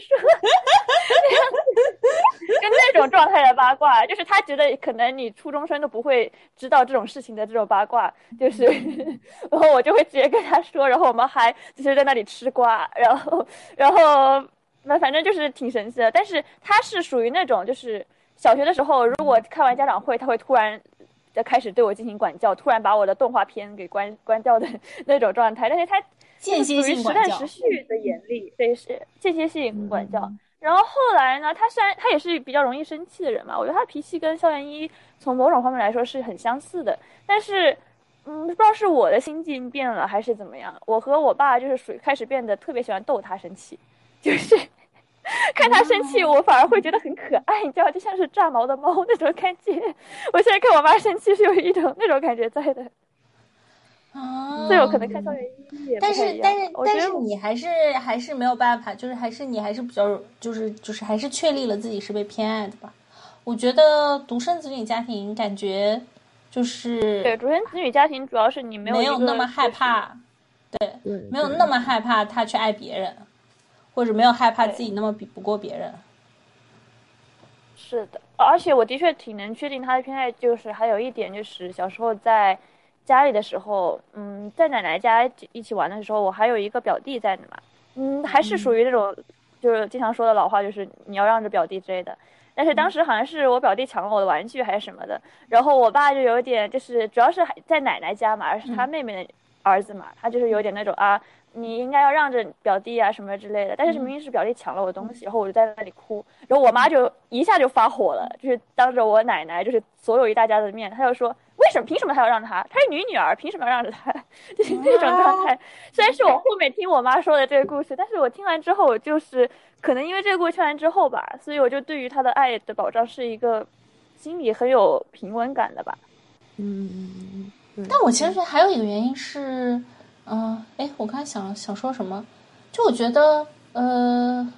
Speaker 1: 就那种状态的八卦，就是她觉得可能你初中生都不会知道这种事情的这种八卦，就是然后我就会直接跟她说，然后我们还就是在那里吃瓜，然后然后那反正就是挺神奇的。但是她是属于那种就是小学的时候，如果开完家长会，她会突然开始对我进行管教，突然把我的动画片给关关掉的那种状态，但是她
Speaker 2: 间歇性
Speaker 1: 管教，时断时续的严厉，对，是间歇性管教。嗯，然后后来呢，他虽然他也是比较容易生气的人嘛，我觉得他脾气跟校园一从某种方面来说是很相似的，但是嗯，不知道是我的心境变了还是怎么样，我和我爸就是属于开始变得特别喜欢逗他生气，就是看他生气我反而会觉得很可爱，你知道，就像是炸毛的猫那种感觉。我现在看我妈生气是有一种那种感觉在的。
Speaker 2: 啊，
Speaker 1: 所以我可能看校园一也不太一样，
Speaker 2: 但是但是但是你还是还是没有办法，就是还是你还是比较就是就是还是确立了自己是被偏爱的吧。我觉得独生子女家庭感觉就是
Speaker 1: 对独生子女家庭主要是你没有
Speaker 2: 没有那么害怕，对，没有那么害怕他去爱别人，或者没有害怕自己那么比不过别人。
Speaker 1: 是的，而且我的确挺能确定他的偏爱，就是还有一点就是小时候在家里的时候，嗯，在奶奶家一起玩的时候，我还有一个表弟在的嘛，嗯，还是属于那种、嗯、就是经常说的老话，就是你要让着表弟之类的。但是当时好像是我表弟抢了我的玩具还是什么的，然后我爸就有点就是主要是在奶奶家嘛，而是他妹妹的儿子嘛，他就是有点那种啊。你应该要让着表弟啊什么之类的，但是明明是表弟抢了我的东西，然后我就在那里哭，然后我妈就一下就发火了，就是当着我奶奶，就是所有一大家子的面，她就说为什么凭什么她要让着她？她是女女儿，凭什么要让着她？就是那种状态。虽然是我后面听我妈说的这个故事，但是我听完之后，就是可能因为这个故事听完之后吧，所以我就对于她的爱的保障是一个心里很有平稳感的吧。
Speaker 3: 嗯嗯嗯。
Speaker 2: 但我其实觉得还有一个原因是。嗯，哎，我刚才想想说什么，就我觉得，呃，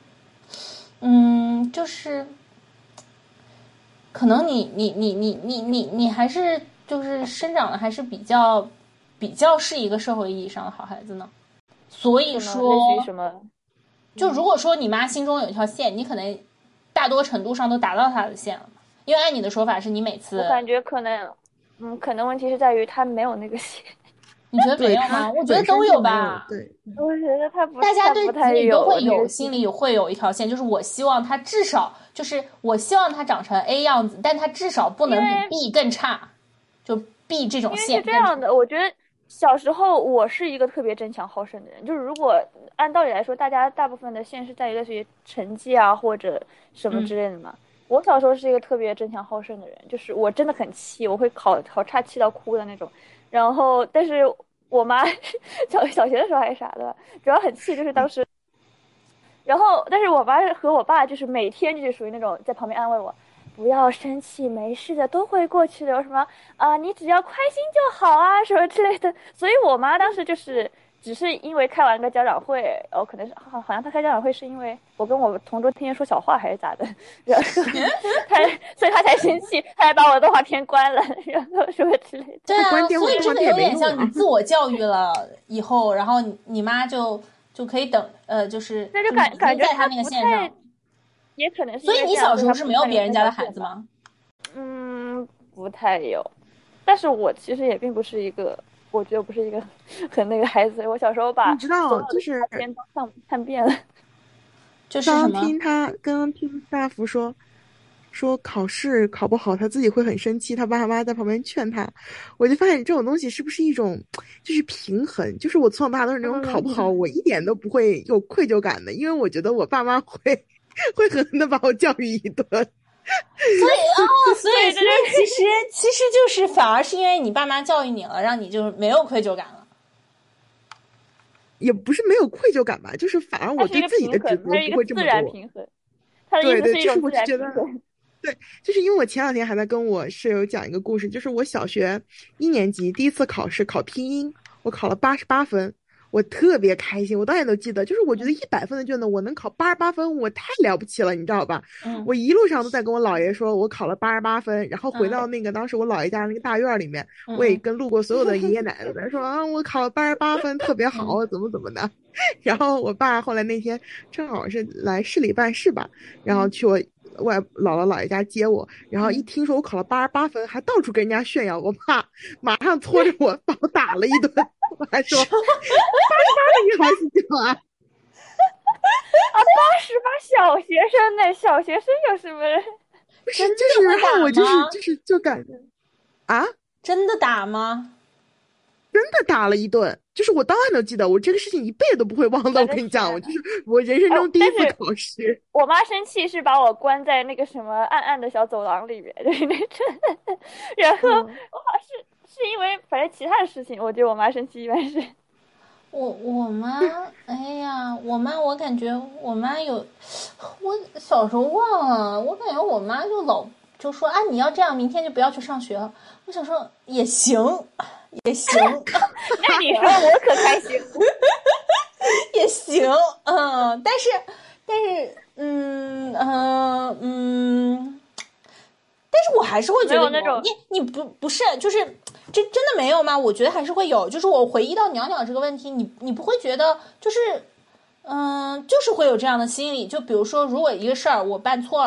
Speaker 2: 嗯，就是可能你你你你你你你还是就是生长的还是比较比较是一个社会意义上的好孩子呢，所以说
Speaker 1: 什么，
Speaker 2: 就如果说你妈心中有一条线，你可能大多程度上都达到她的线了，因为按你的说法是你每次，
Speaker 1: 我感觉可能，嗯，可能问题是在于她没有那个线。
Speaker 2: 你觉得没有吗？我觉得都有吧。
Speaker 3: 对，
Speaker 1: 我觉得他不，
Speaker 2: 大家对子女都会有心里会有一条线，就是我希望他至少就是我希望他长成 A 样子，但他至少不能比 B 更差，就 B 这种线。
Speaker 1: 因为是这样的，我觉得小时候我是一个特别争强好胜的人，就是如果按道理来说，大家大部分的线是在于类似于成绩啊或者什么之类的嘛。嗯、我小时候是一个特别争强好胜的人，就是我真的很气，我会考考差气到哭的那种。然后，但是我妈小小学的时候还是啥的，主要很气就是当时。然后，但是我妈和我爸就是每天就是属于那种在旁边安慰我，不要生气，没事的，都会过去的。有什么啊、呃，你只要开心就好啊，什么之类的。所以我妈当时就是只是因为开完个家长会，然后可能是好好像她开家长会是因为我跟我同桌天天说小话还是咋的，然后她所以她才生气，她还把我的动画片关了，然后什么之类的。
Speaker 2: 对啊，所以这个有点像你自我教育了以后，然后你你妈就就可以等呃，就是
Speaker 1: 那就感感觉
Speaker 2: 在她那个线上，
Speaker 1: 也可能是。
Speaker 2: 所以你小时候是没有别人家的孩子吗？
Speaker 1: 嗯，不太有，但是我其实也并不是一个。我觉得不是一个很那个孩子，我小时候把
Speaker 3: 你知道就是
Speaker 1: 片都看看遍了。
Speaker 2: 就是什么？
Speaker 3: 刚刚听他刚刚听大福说说考试考不好他自己会很生气，他爸妈在旁边劝他，我就发现这种东西是不是一种就是平衡，就是我从小到大都是那种考不好、嗯、我一点都不会有愧疚感的，因为我觉得我爸妈会会狠狠的把我教育一顿。
Speaker 2: 所以哦，所以所以其实其实就是反而是因为你爸妈教育你了，让你就是没有愧疚感了。
Speaker 3: 也不是没有愧疚感吧，就是反而我对自己的指责不会这么多。对对，就是我就觉得，对，就是因为我前两天还在跟我室友讲一个故事，就是我小学一年级第一次考试考拼音，我考了八十八分。我特别开心，我到现在都记得，就是我觉得一百分的卷子我能考八十八分，我太了不起了，你知道吧？
Speaker 2: 嗯，
Speaker 3: 我一路上都在跟我姥爷说，我考了八十八分，然后回到那个、嗯、当时我姥爷家那个大院里面，
Speaker 2: 嗯、
Speaker 3: 我也跟路过所有的爷爷奶奶在说啊，我考了八十八分，特别好，
Speaker 2: 嗯、
Speaker 3: 怎么怎么的。然后我爸后来那天正好是来市里办事吧，然后去我外姥姥姥爷家接我，然后一听说我考了八十八分，还到处跟人家炫耀，我爸马上拖着我把我打了一顿，我还说八十八你好喜欢啊！
Speaker 1: 啊，八十八小学生呢？小学生有什么？
Speaker 3: 不是，就是然后我就是就是就感觉啊，
Speaker 2: 真的打吗？
Speaker 3: 真的打了一顿，就是我到现在都记得，我这个事情一辈子都不会忘的。我跟你讲，我就是我人生中第一次考试。
Speaker 1: 我妈生气是把我关在那个什么暗暗的小走廊里面，就是那种。然后、嗯、我好像是是因为反正其他的事情，我觉得我妈生气一般是。
Speaker 2: 我我妈，哎呀，我妈我感觉我妈有，我小时候忘了，我感觉我妈就老就说啊，你要这样，明天就不要去上学了。我想说也行。也行，
Speaker 1: 那你说我可开心，
Speaker 2: 也行，嗯，但是，但是，嗯，呃，嗯，但是我还是会觉得
Speaker 1: 那种
Speaker 2: 你你不不是就是这真的没有吗？我觉得还是会有，就是我回忆到袅袅这个问题，你你不会觉得就是，嗯、呃，就是会有这样的心理，就比如说，如果一个事儿我办错了。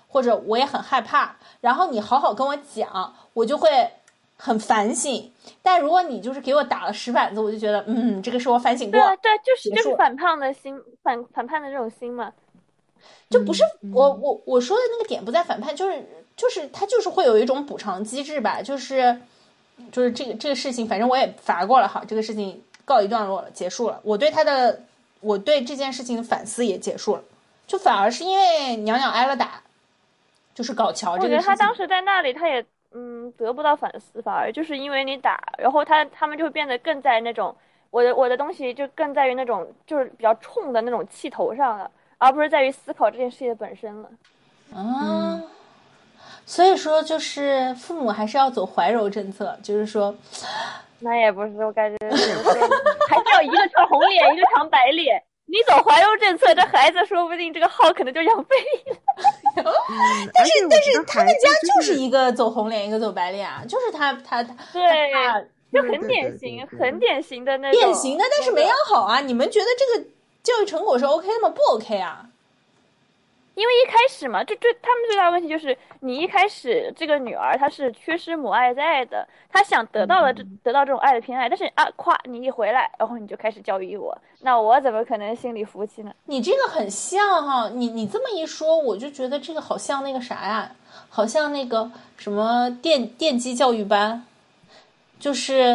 Speaker 2: 或者我也很害怕，然后你好好跟我讲，我就会很反省。但如果你就是给我打了石板子，我就觉得嗯，这个是我反省过。
Speaker 1: 对啊，对，就是就是反叛的心，反反叛的这种心嘛。
Speaker 2: 就不是、嗯、我我我说的那个点不在反叛，就是就是他就是会有一种补偿机制吧，就是就是这个这个事情，反正我也罚过了哈，这个事情告一段落了，结束了。我对他的我对这件事情的反思也结束了，就反而是因为娘娘挨了打，就是搞乔这个事情。
Speaker 1: 我觉得他当时在那里，他也嗯得不到反思，反而就是因为你打，然后他他们就会变得更在那种我的我的东西就更在于那种就是比较冲的那种气头上了。而不是在于思考这件事情的本身了。
Speaker 2: 啊、嗯，所以说就是父母还是要走怀柔政策，就是说，
Speaker 1: 那也不是，我感觉还是要一个唱红脸，一个唱白脸。你走怀柔政策，这孩子说不定这个号可能就养废了。
Speaker 3: 嗯、
Speaker 2: 但是但是他们家就
Speaker 3: 是
Speaker 2: 一个走红脸，一个走白脸啊，就是他他他
Speaker 1: 对，
Speaker 2: 他
Speaker 1: 就很典型，很典型的那种
Speaker 2: 典型的，但是没养好啊。你们觉得这个教育成果是 OK 的吗？不 OK 啊，
Speaker 1: 因为一开始嘛，就就他们最大的问题就是你一开始这个女儿她是缺失母爱在的，她想得到了这、嗯、得到这种爱的偏爱，但是啊，咵你一回来，然后你就开始教育我，那我怎么可能心里服气呢？
Speaker 2: 你这个很像哈，你你这么一说，我就觉得这个好像那个啥呀，好像那个什么电电机教育班，就是。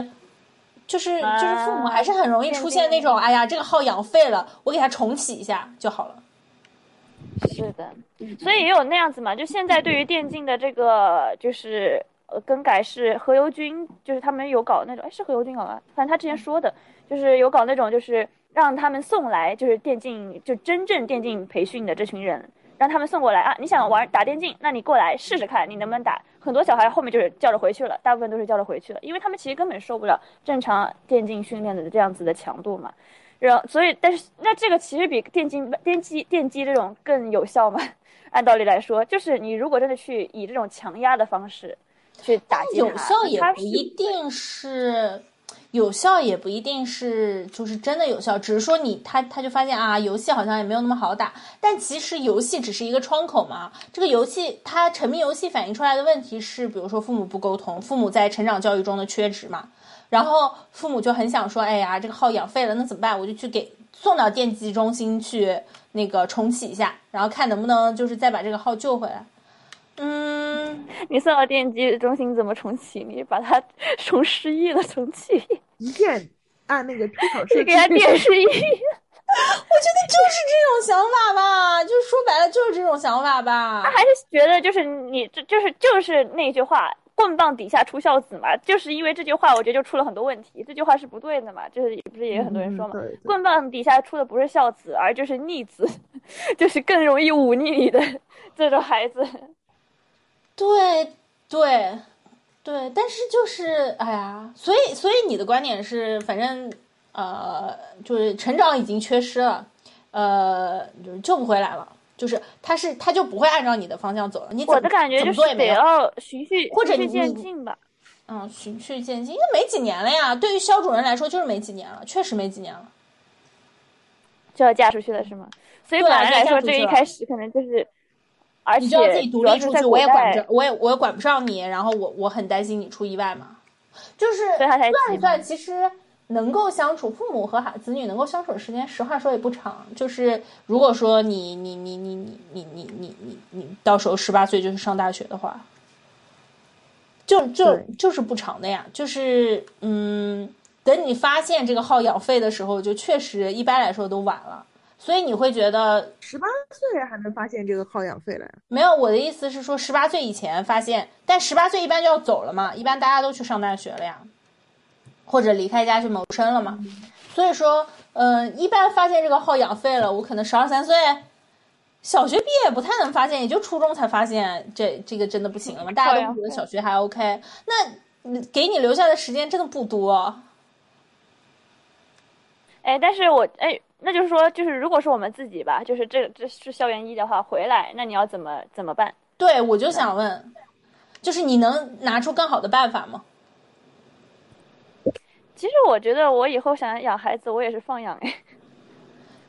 Speaker 2: 就是就是父母还是很容易出现那种、啊、哎呀这个号养废了，我给他重启一下就好了。
Speaker 1: 是的，所以也有那样子嘛，就现在对于电竞的这个就是呃更改是何猷君，就是他们有搞那种，哎是何猷君搞的，反正他之前说的就是有搞那种就是让他们送来就是电竞就真正电竞培训的这群人，让他们送过来啊，你想玩打电竞，那你过来试试看你能不能打。很多小孩后面就是叫着回去了，大部分都是叫着回去了，因为他们其实根本受不了正常电竞训练的这样子的强度嘛。然后所以但是那这个其实比电竞电击电击这种更有效嘛。按道理来说，就是你如果真的去以这种强压的方式去打击他，
Speaker 2: 有效也不一定是有效也不一定是就是真的有效，只是说你他他就发现啊，游戏好像也没有那么好打，但其实游戏只是一个窗口嘛。这个游戏他沉迷游戏反映出来的问题是，比如说父母不沟通，父母在成长教育中的缺职嘛，然后父母就很想说，哎呀，这个号养废了，那怎么办？我就去给送到电击中心去那个重启一下，然后看能不能就是再把这个号救回来。嗯，
Speaker 1: 你送到电击中心怎么重启？你把它从失忆了重启。
Speaker 3: 一键按那个出口设置，
Speaker 1: 给他电视一。
Speaker 2: 我觉得就是这种想法吧，就是说白了就是这种想法吧。
Speaker 1: 他还是觉得就是你这就是就是那句话，棍棒底下出孝子嘛，就是因为这句话，我觉得就出了很多问题。这句话是不对的嘛，就是不是也有很多人说嘛，
Speaker 3: 嗯、对对
Speaker 1: 棍棒底下出的不是孝子，而就是逆子，就是更容易忤逆你的这种孩子。
Speaker 2: 对对。对，但是就是哎呀，所以所以你的观点是，反正呃，就是成长已经缺失了，呃，就是救不回来了，就是他是他就不会按照你的方向走了。你怎么
Speaker 1: 我的感觉就是得要循序
Speaker 2: 或者
Speaker 1: 循序渐进吧。
Speaker 2: 嗯，循序渐进，因为没几年了呀。对于肖主任来说，就是没几年了，确实没几年了，
Speaker 1: 就要嫁出去了是吗？所以本来来说，这一开始可能就是。而且
Speaker 2: 你就要自己独立出去，我也管着，我也我也管不上你，然后我我很担心你出意外嘛。就是算一算，其实能够相处，父母和孩子女能够相处的时间，实话说也不长。就是如果说你你你你你你你你你你到时候十八岁就去上大学的话，就就就是不长的呀。就是嗯，等你发现这个号养废的时候，就确实一般来说都晚了。所以你会觉得
Speaker 3: 十八岁还能发现这个号养废了？
Speaker 2: 没有，我的意思是说十八岁以前发现，但十八岁一般就要走了嘛，一般大家都去上大学了呀，或者离开家去谋生了嘛。嗯、所以说，嗯、呃，一般发现这个号养废了，我可能十二三岁，小学毕业不太能发现，也就初中才发现这这个真的不行了嘛。大家都觉得小学还 OK， 那给你留下的时间真的不多。
Speaker 1: 哎，但是我哎。那就是说，就是如果是我们自己吧，就是这这是校园一的话，回来那你要怎么怎么办？
Speaker 2: 对，我就想问，就是你能拿出更好的办法吗？
Speaker 1: 其实我觉得我以后想养孩子，我也是放养哎。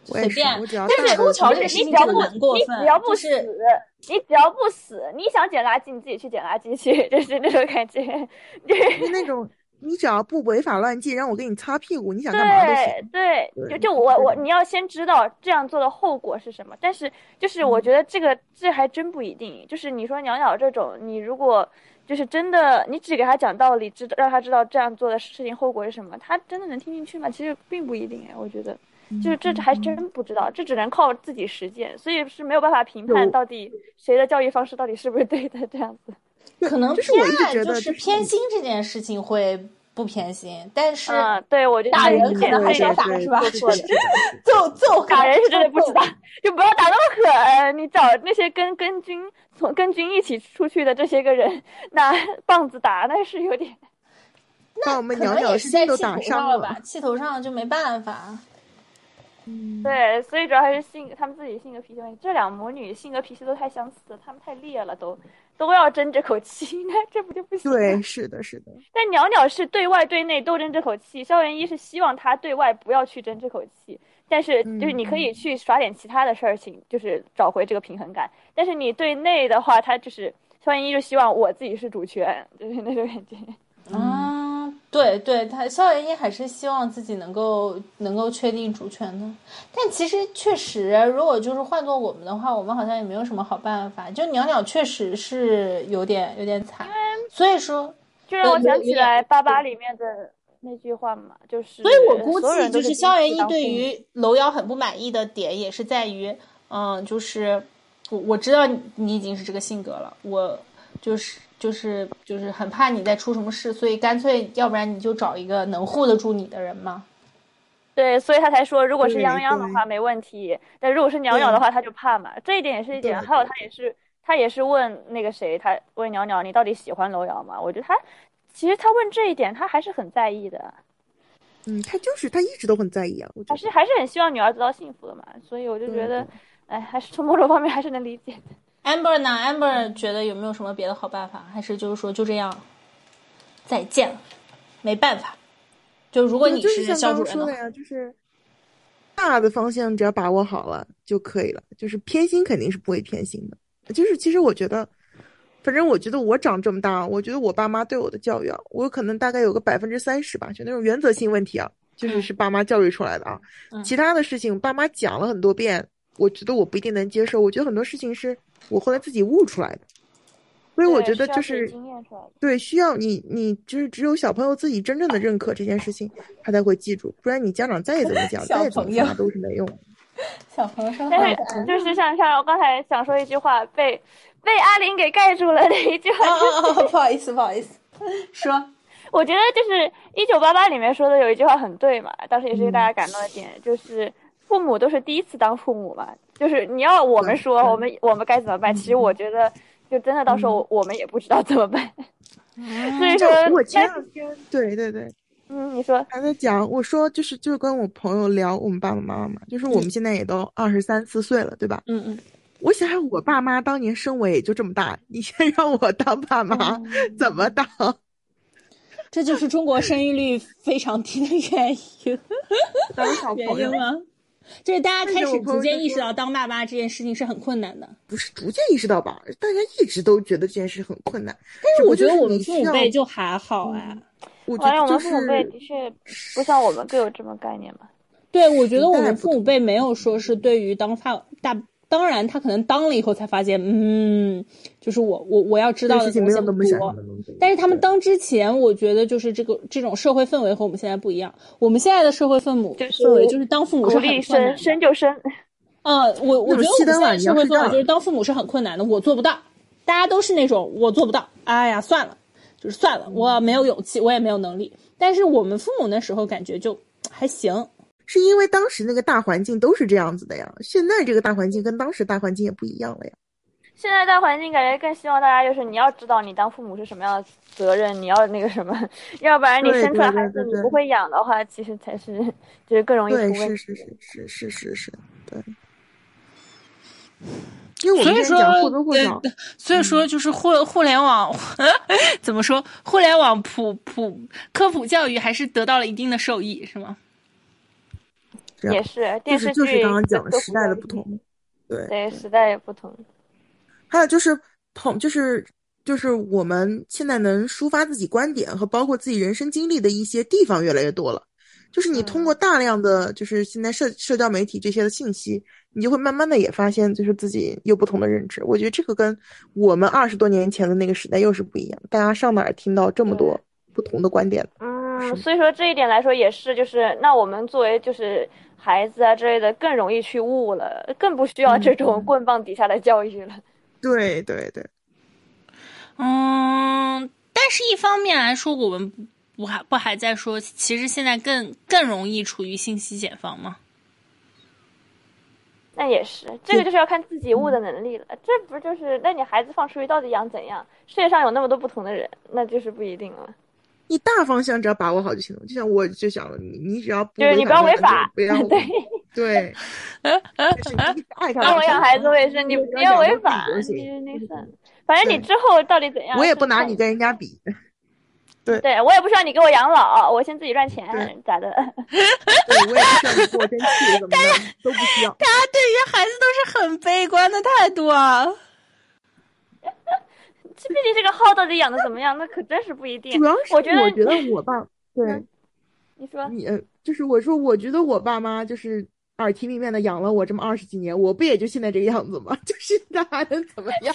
Speaker 2: 随便。
Speaker 3: 我只要
Speaker 2: 但是欧乔这个事情真的蛮过分，
Speaker 1: 你只要不死，
Speaker 2: 就是
Speaker 1: 你只要不死，你想捡垃圾你自己去捡垃圾去，就是那种感觉，
Speaker 3: 就是那种你只要不违法乱纪，让我给你擦屁股，你想干嘛都行。
Speaker 1: 对对，就就我我你要先知道这样做的后果是什么。但是就是我觉得这个、嗯、这还真不一定。就是你说袅袅这种，你如果就是真的你只给他讲道理，知道让他知道这样做的事情后果是什么，他真的能听进去吗？其实并不一定哎，我觉得。就是这还真不知道，这只能靠自己实践，所以是没有办法评判到底谁的教育方式到底是不是对的这样子。
Speaker 2: 可能偏爱就是偏心这件事情会不偏心，但是
Speaker 1: 嗯，对我觉得
Speaker 2: 打人可能还是要打是吧？揍揍
Speaker 1: 打人是真的不知道，就不要打那么狠。你找那些跟跟军从跟军一起出去的这些个人拿棒子打，那是有点。
Speaker 3: 那我们袅袅心都打伤
Speaker 2: 了吧？气头上就没办法。
Speaker 1: 嗯，对，所以主要还是性格，他们自己性格脾气问题。这两母女性格脾气都太相似了，他们太烈了，都都要争这口气，那这不就不行？
Speaker 3: 对，是的，是的。
Speaker 1: 但袅袅是对外对内都争这口气，萧元一是希望他对外不要去争这口气，但是就是你可以去耍点其他的事情，就是找回这个平衡感。但是你对内的话，他就是萧元一就希望我自己是主权，就是那种感觉。
Speaker 2: 啊，对对，他萧元一还是希望自己能够能够确定主权的，但其实确实，如果就是换做我们的话，我们好像也没有什么好办法。就袅袅确实是有点有点惨，所以说
Speaker 1: 就让我想起来八八里面的那句话嘛，就是，
Speaker 2: 所以我估计就是萧元一对于楼瑶很不满意的点也是在于，嗯，就是我我知道你已经是这个性格了，我就是。就是就是很怕你再出什么事，所以干脆要不然你就找一个能护得住你的人嘛。
Speaker 1: 对，所以他才说，如果是泱泱的话没问题，但如果是袅袅的话，他就怕嘛。这一点也是一点。还有他也是他也是问那个谁，他问袅袅你到底喜欢楼瑶吗？我觉得他其实他问这一点，他还是很在意的。
Speaker 3: 嗯，他就是他一直都很在意啊。我觉得
Speaker 1: 还是还是很希望女儿得到幸福的嘛，所以我就觉得，哎，还是从某种方面还是能理解的。
Speaker 2: Amber 呢 ？Amber 觉得有没有什么别的好办法？还是就是说就这样，再见了，没办法。就如果你是肖主任的话，
Speaker 3: 呀，就是大的方向只要把握好了就可以了。就是偏心肯定是不会偏心的。就是其实我觉得，反正我觉得我长这么大，我觉得我爸妈对我的教育啊，我可能大概有个百分之三十吧，就那种原则性问题啊，就是是爸妈教育出来的啊。
Speaker 2: 嗯、
Speaker 3: 其他的事情爸妈讲了很多遍，我觉得我不一定能接受。我觉得很多事情是我后来自己悟出来的，所以我觉得就是对需要你你就是只有小朋友自己真正的认可这件事情，他才会记住，不然你家长再怎么讲再怎么讲都是没用的。
Speaker 2: 小朋友说，
Speaker 1: 但是就是像像我刚才想说一句话，被被阿玲给盖住了的一句话、就是
Speaker 2: 哦哦，不好意思不好意思，说，
Speaker 1: 我觉得就是一九八八里面说的有一句话很对嘛，当时也是给大家感动的点，嗯、就是父母都是第一次当父母嘛。就是你要我们说我们我们该怎么办，其实我觉得就真的到时候我们也不知道怎么办。
Speaker 3: 嗯、
Speaker 1: 所以说
Speaker 3: 我前两天对对对，
Speaker 1: 嗯，你说
Speaker 3: 还在讲，我说就是就是跟我朋友聊我们爸爸妈妈嘛，就是我们现在也都二十三四岁了，对吧？
Speaker 2: 嗯嗯，
Speaker 3: 我想想我爸妈当年生我也就这么大，你先让我当爸妈、嗯、怎么当？
Speaker 2: 这就是中国生育率非常低的原因。
Speaker 3: 当小朋友
Speaker 2: 原因吗？就是大家开始逐渐意识到当爸妈这件事情是很困难的，
Speaker 3: 不是逐渐意识到吧？大家一直都觉得这件事很困难，
Speaker 2: 但是我觉得我们父母辈就还好哎、啊。
Speaker 3: 我觉得、就是、
Speaker 1: 我们父母辈的确不像我们更有这么概念嘛。
Speaker 2: 对，我觉得我们父母辈没有说是对于当发大，当然他可能当了以后才发现，嗯，就是我我我要知道的
Speaker 3: 事情没有那么想象的
Speaker 2: 多。但是他们当之前，我觉得就是这个这种社会氛围和我们现在不一样。我们现在的社会氛母氛围就是当父母是很困难的，
Speaker 1: 生生就生。
Speaker 2: 嗯，我我觉得我们现在社会氛围就是当父母是很困难的，我做不到。大家都是那种我做不到，哎呀算了，就是算了，我没有勇气，我也没有能力。但是我们父母那时候感觉就还行。
Speaker 3: 是因为当时那个大环境都是这样子的呀，现在这个大环境跟当时大环境也不一样了呀。
Speaker 1: 现在大环境感觉更希望大家就是你要知道你当父母是什么样的责任，你要那个什么，要不然你生出来孩子你不会养的话，其实才是就是更容易出问题。
Speaker 3: 对，是是是是是是是，对。因为我们讲或多或少，
Speaker 2: 所以说就是互互联网怎么说，互联网普普科普教育还是得到了一定的受益，是吗？
Speaker 1: 也是电视剧
Speaker 3: 就是就是刚刚讲的时代的不同，对
Speaker 1: 对，时代也不同。
Speaker 3: 还有就是同就是就是我们现在能抒发自己观点和包括自己人生经历的一些地方越来越多了。就是你通过大量的就是现在社社交媒体这些的信息，你就会慢慢的也发现就是自己有不同的认知。我觉得这个跟我们二十多年前的那个时代又是不一样，大家上哪儿听到这么多不同的观点？
Speaker 1: 嗯，所以说这一点来说也是，就是那我们作为就是孩子啊之类的，更容易去悟了，更不需要这种棍棒底下的教育了。
Speaker 3: 嗯、对对对，
Speaker 2: 嗯，但是一方面来说，我们不不还不还在说，其实现在更更容易处于信息茧房吗？
Speaker 1: 那也是，这个就是要看自己悟的能力了。这不就是，那你孩子放出去到底养怎样？世界上有那么多不同的人，那就是不一定了。
Speaker 3: 你大方向只要把握好就行了。就像我就想了，你你只要不
Speaker 1: 就是你不要违法，
Speaker 3: 不要
Speaker 1: 对
Speaker 3: 对。爱看
Speaker 1: 我养孩子我也是，你不要违法，你那算。反正你之后到底怎样，
Speaker 3: 我也不拿你跟人家比。对，
Speaker 1: 对我也不需要你给我养老，我先自己赚钱，咋的？
Speaker 3: 对，我也不需要你给我争气，怎么样都不需要。
Speaker 2: 大家对于孩子都是很悲观的态度啊。
Speaker 1: 这毕竟这个号到底养的怎么样，那可真是不一定。
Speaker 3: 主要是
Speaker 1: 我觉得，
Speaker 3: 我觉得我爸对、
Speaker 1: 嗯，你说
Speaker 3: 你呃，就是我说，我觉得我爸妈就是耳提面命的养了我这么二十几年，我不也就现在这个样子吗？就是那还能怎么样？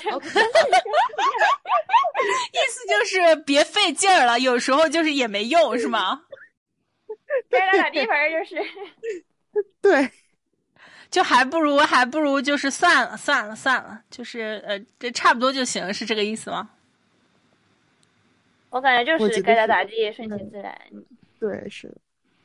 Speaker 2: 意思就是别费劲儿了，有时候就是也没用，是吗？
Speaker 1: 该打打地盘就是。
Speaker 3: 对。
Speaker 2: 就还不如还不如就是算了算了算了，就是呃这差不多就行，是这个意思吗？
Speaker 1: 我感觉就是该打打地，顺其自然。
Speaker 3: 对，是的。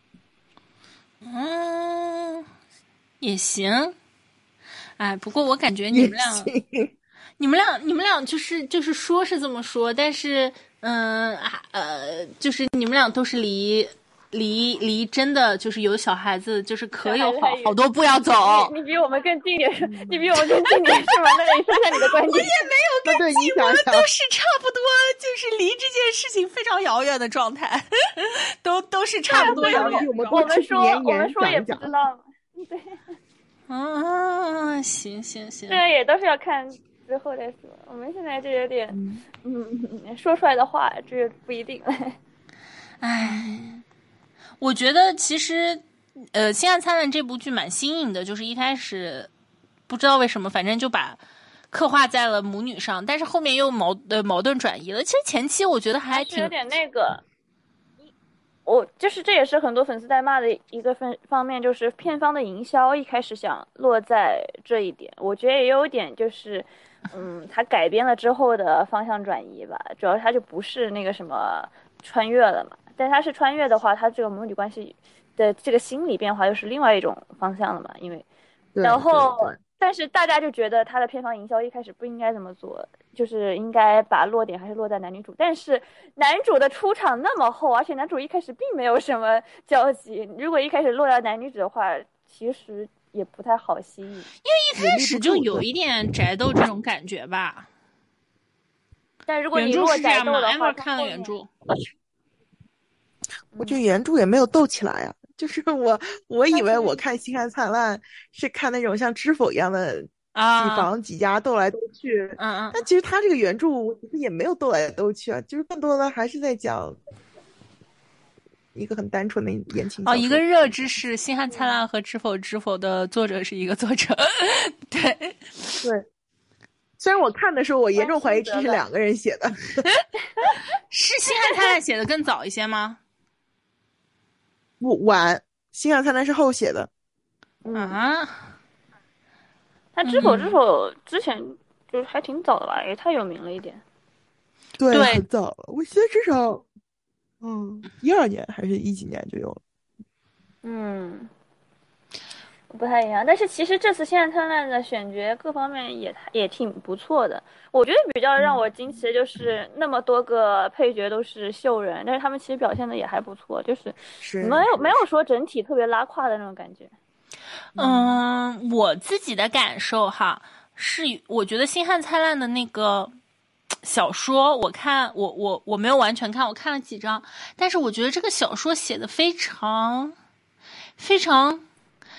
Speaker 2: 嗯，也行。哎，不过我感觉你们俩，你们俩，你们俩就是就是说是这么说，但是嗯啊呃，就是你们俩都是离。离离真的就是有小孩子，就是可有好好多步要走。
Speaker 1: 你, 你比我们更近点，你比我们更近点是吗？那你说下你的观点。
Speaker 2: 我也没有更近，我们都是差不多，就是离这件事情非常遥远的状态，都都是差不多遥远。
Speaker 1: 我们说我们说也不知道。对。
Speaker 2: 啊，行行行，
Speaker 1: 这也都是要看之后再说。我们现在就有点，嗯，说出来的话这不一定。
Speaker 2: 唉。我觉得其实，呃，《星汉灿烂》这部剧蛮新颖的，就是一开始不知道为什么，反正就把刻画在了母女上，但是后面又矛呃矛盾转移了。其实前期我觉得还挺
Speaker 1: 有点那个，我就是这也是很多粉丝在骂的一个分方面，就是片方的营销一开始想落在这一点，我觉得也有一点就是，嗯，它改编了之后的方向转移吧，主要它就不是那个什么穿越了嘛。但它是穿越的话，它这个母女关系的这个心理变化又是另外一种方向了嘛？因为，然后，但是大家就觉得它的片方营销一开始不应该这么做，就是应该把落点还是落在男女主。但是男主的出场那么厚，而且男主一开始并没有什么交集，如果一开始落在男女主的话，其实也不太好吸引。因为
Speaker 2: 一开始就有一点宅斗这种感觉吧。
Speaker 1: 但如果你落宅斗的话，
Speaker 2: 看了原著。
Speaker 3: 我觉得原著也没有斗起来啊，就是我我以为我看《星汉灿烂》是看那种像《知否》一样的几房几家斗来斗去，
Speaker 2: 嗯嗯，
Speaker 3: 但其实他这个原著其实也没有斗来斗去啊，就是更多的还是在讲一个很单纯的言情。
Speaker 2: 哦，一个热知识，《星汉灿烂》和《知否知否》的作者是一个作者，对
Speaker 3: 对。虽然我看的时候，我严重怀疑这是两个人写的。
Speaker 2: 是《星汉灿烂》写的更早一些吗？
Speaker 3: 不晚，《星汉灿烂》是后写的。
Speaker 2: 啊，
Speaker 1: 他《知否知否》之前就是还挺早的吧，也太有名了一点。
Speaker 3: 对，对很早了。我记得至少，嗯，一二年还是一几年就有了。
Speaker 1: 嗯。不太一样，但是其实这次《星汉灿烂》的选角各方面也也挺不错的。我觉得比较让我惊奇的就是那么多个配角都是秀人，但是他们其实表现的也还不错，就是没有没有说整体特别拉胯的那种感觉。
Speaker 2: 嗯，我自己的感受哈，是我觉得《星汉灿烂》的那个小说，我看我我我没有完全看，我看了几章，但是我觉得这个小说写的非常非常。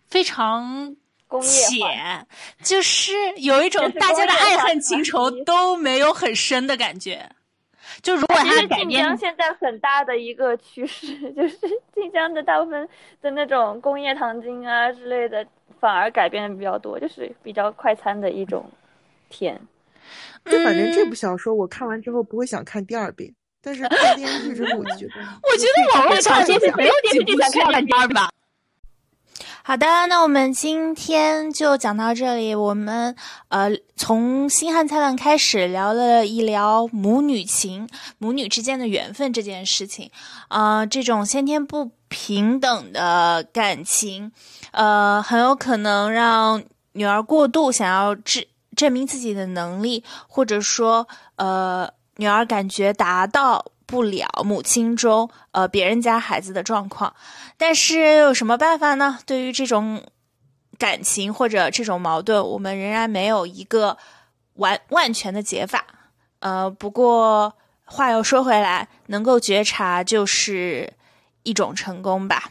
Speaker 2: 非常
Speaker 1: 工业
Speaker 2: 浅，就是有一种大家的爱恨情仇都没有很深的感觉。就如果它改编，
Speaker 1: 晋江现在很大的一个趋势就是晋江的大部分的那种工业糖精啊之类的，反而改编的比较多，就是比较快餐的一种甜。
Speaker 3: 就反正这部小说我看完之后不会想看第二遍，但是看电视剧之后我就觉得，
Speaker 2: 我觉得网络小说是没有几部需要看第二遍吧。好的，那我们今天就讲到这里。我们呃从星汉灿烂开始聊了一聊母女情，母女之间的缘分这件事情。呃，这种先天不平等的感情，呃，很有可能让女儿过度想要证证明自己的能力，或者说呃女儿感觉达到不了母亲中呃别人家孩子的状况。但是有什么办法呢？对于这种感情或者这种矛盾，我们仍然没有一个完万全的解法。呃，不过话又说回来，能够觉察就是一种成功吧。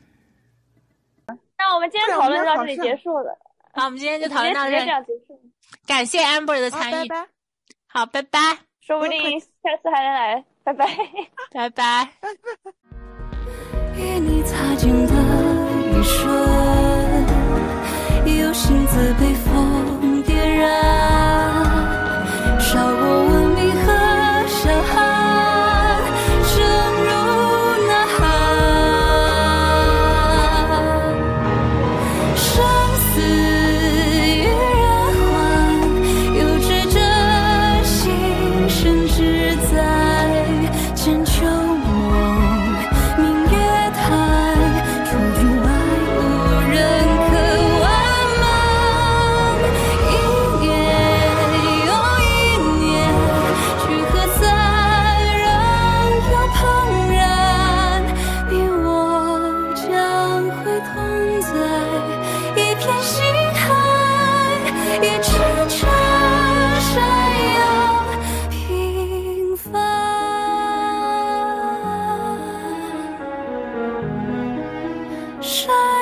Speaker 1: 那我们今天讨论到这里结束了。
Speaker 2: 好，我们今天就讨论到这里，感谢 Amber 的参与。
Speaker 3: 拜拜。
Speaker 2: 好，拜拜。
Speaker 1: 说不定下次还能来，拜拜。
Speaker 2: 拜拜。
Speaker 4: 与你擦肩的一瞬，有星子被风点燃，烧过文明和小寒，深入呐喊。生死与人寰，有志者心深志在，千秋山。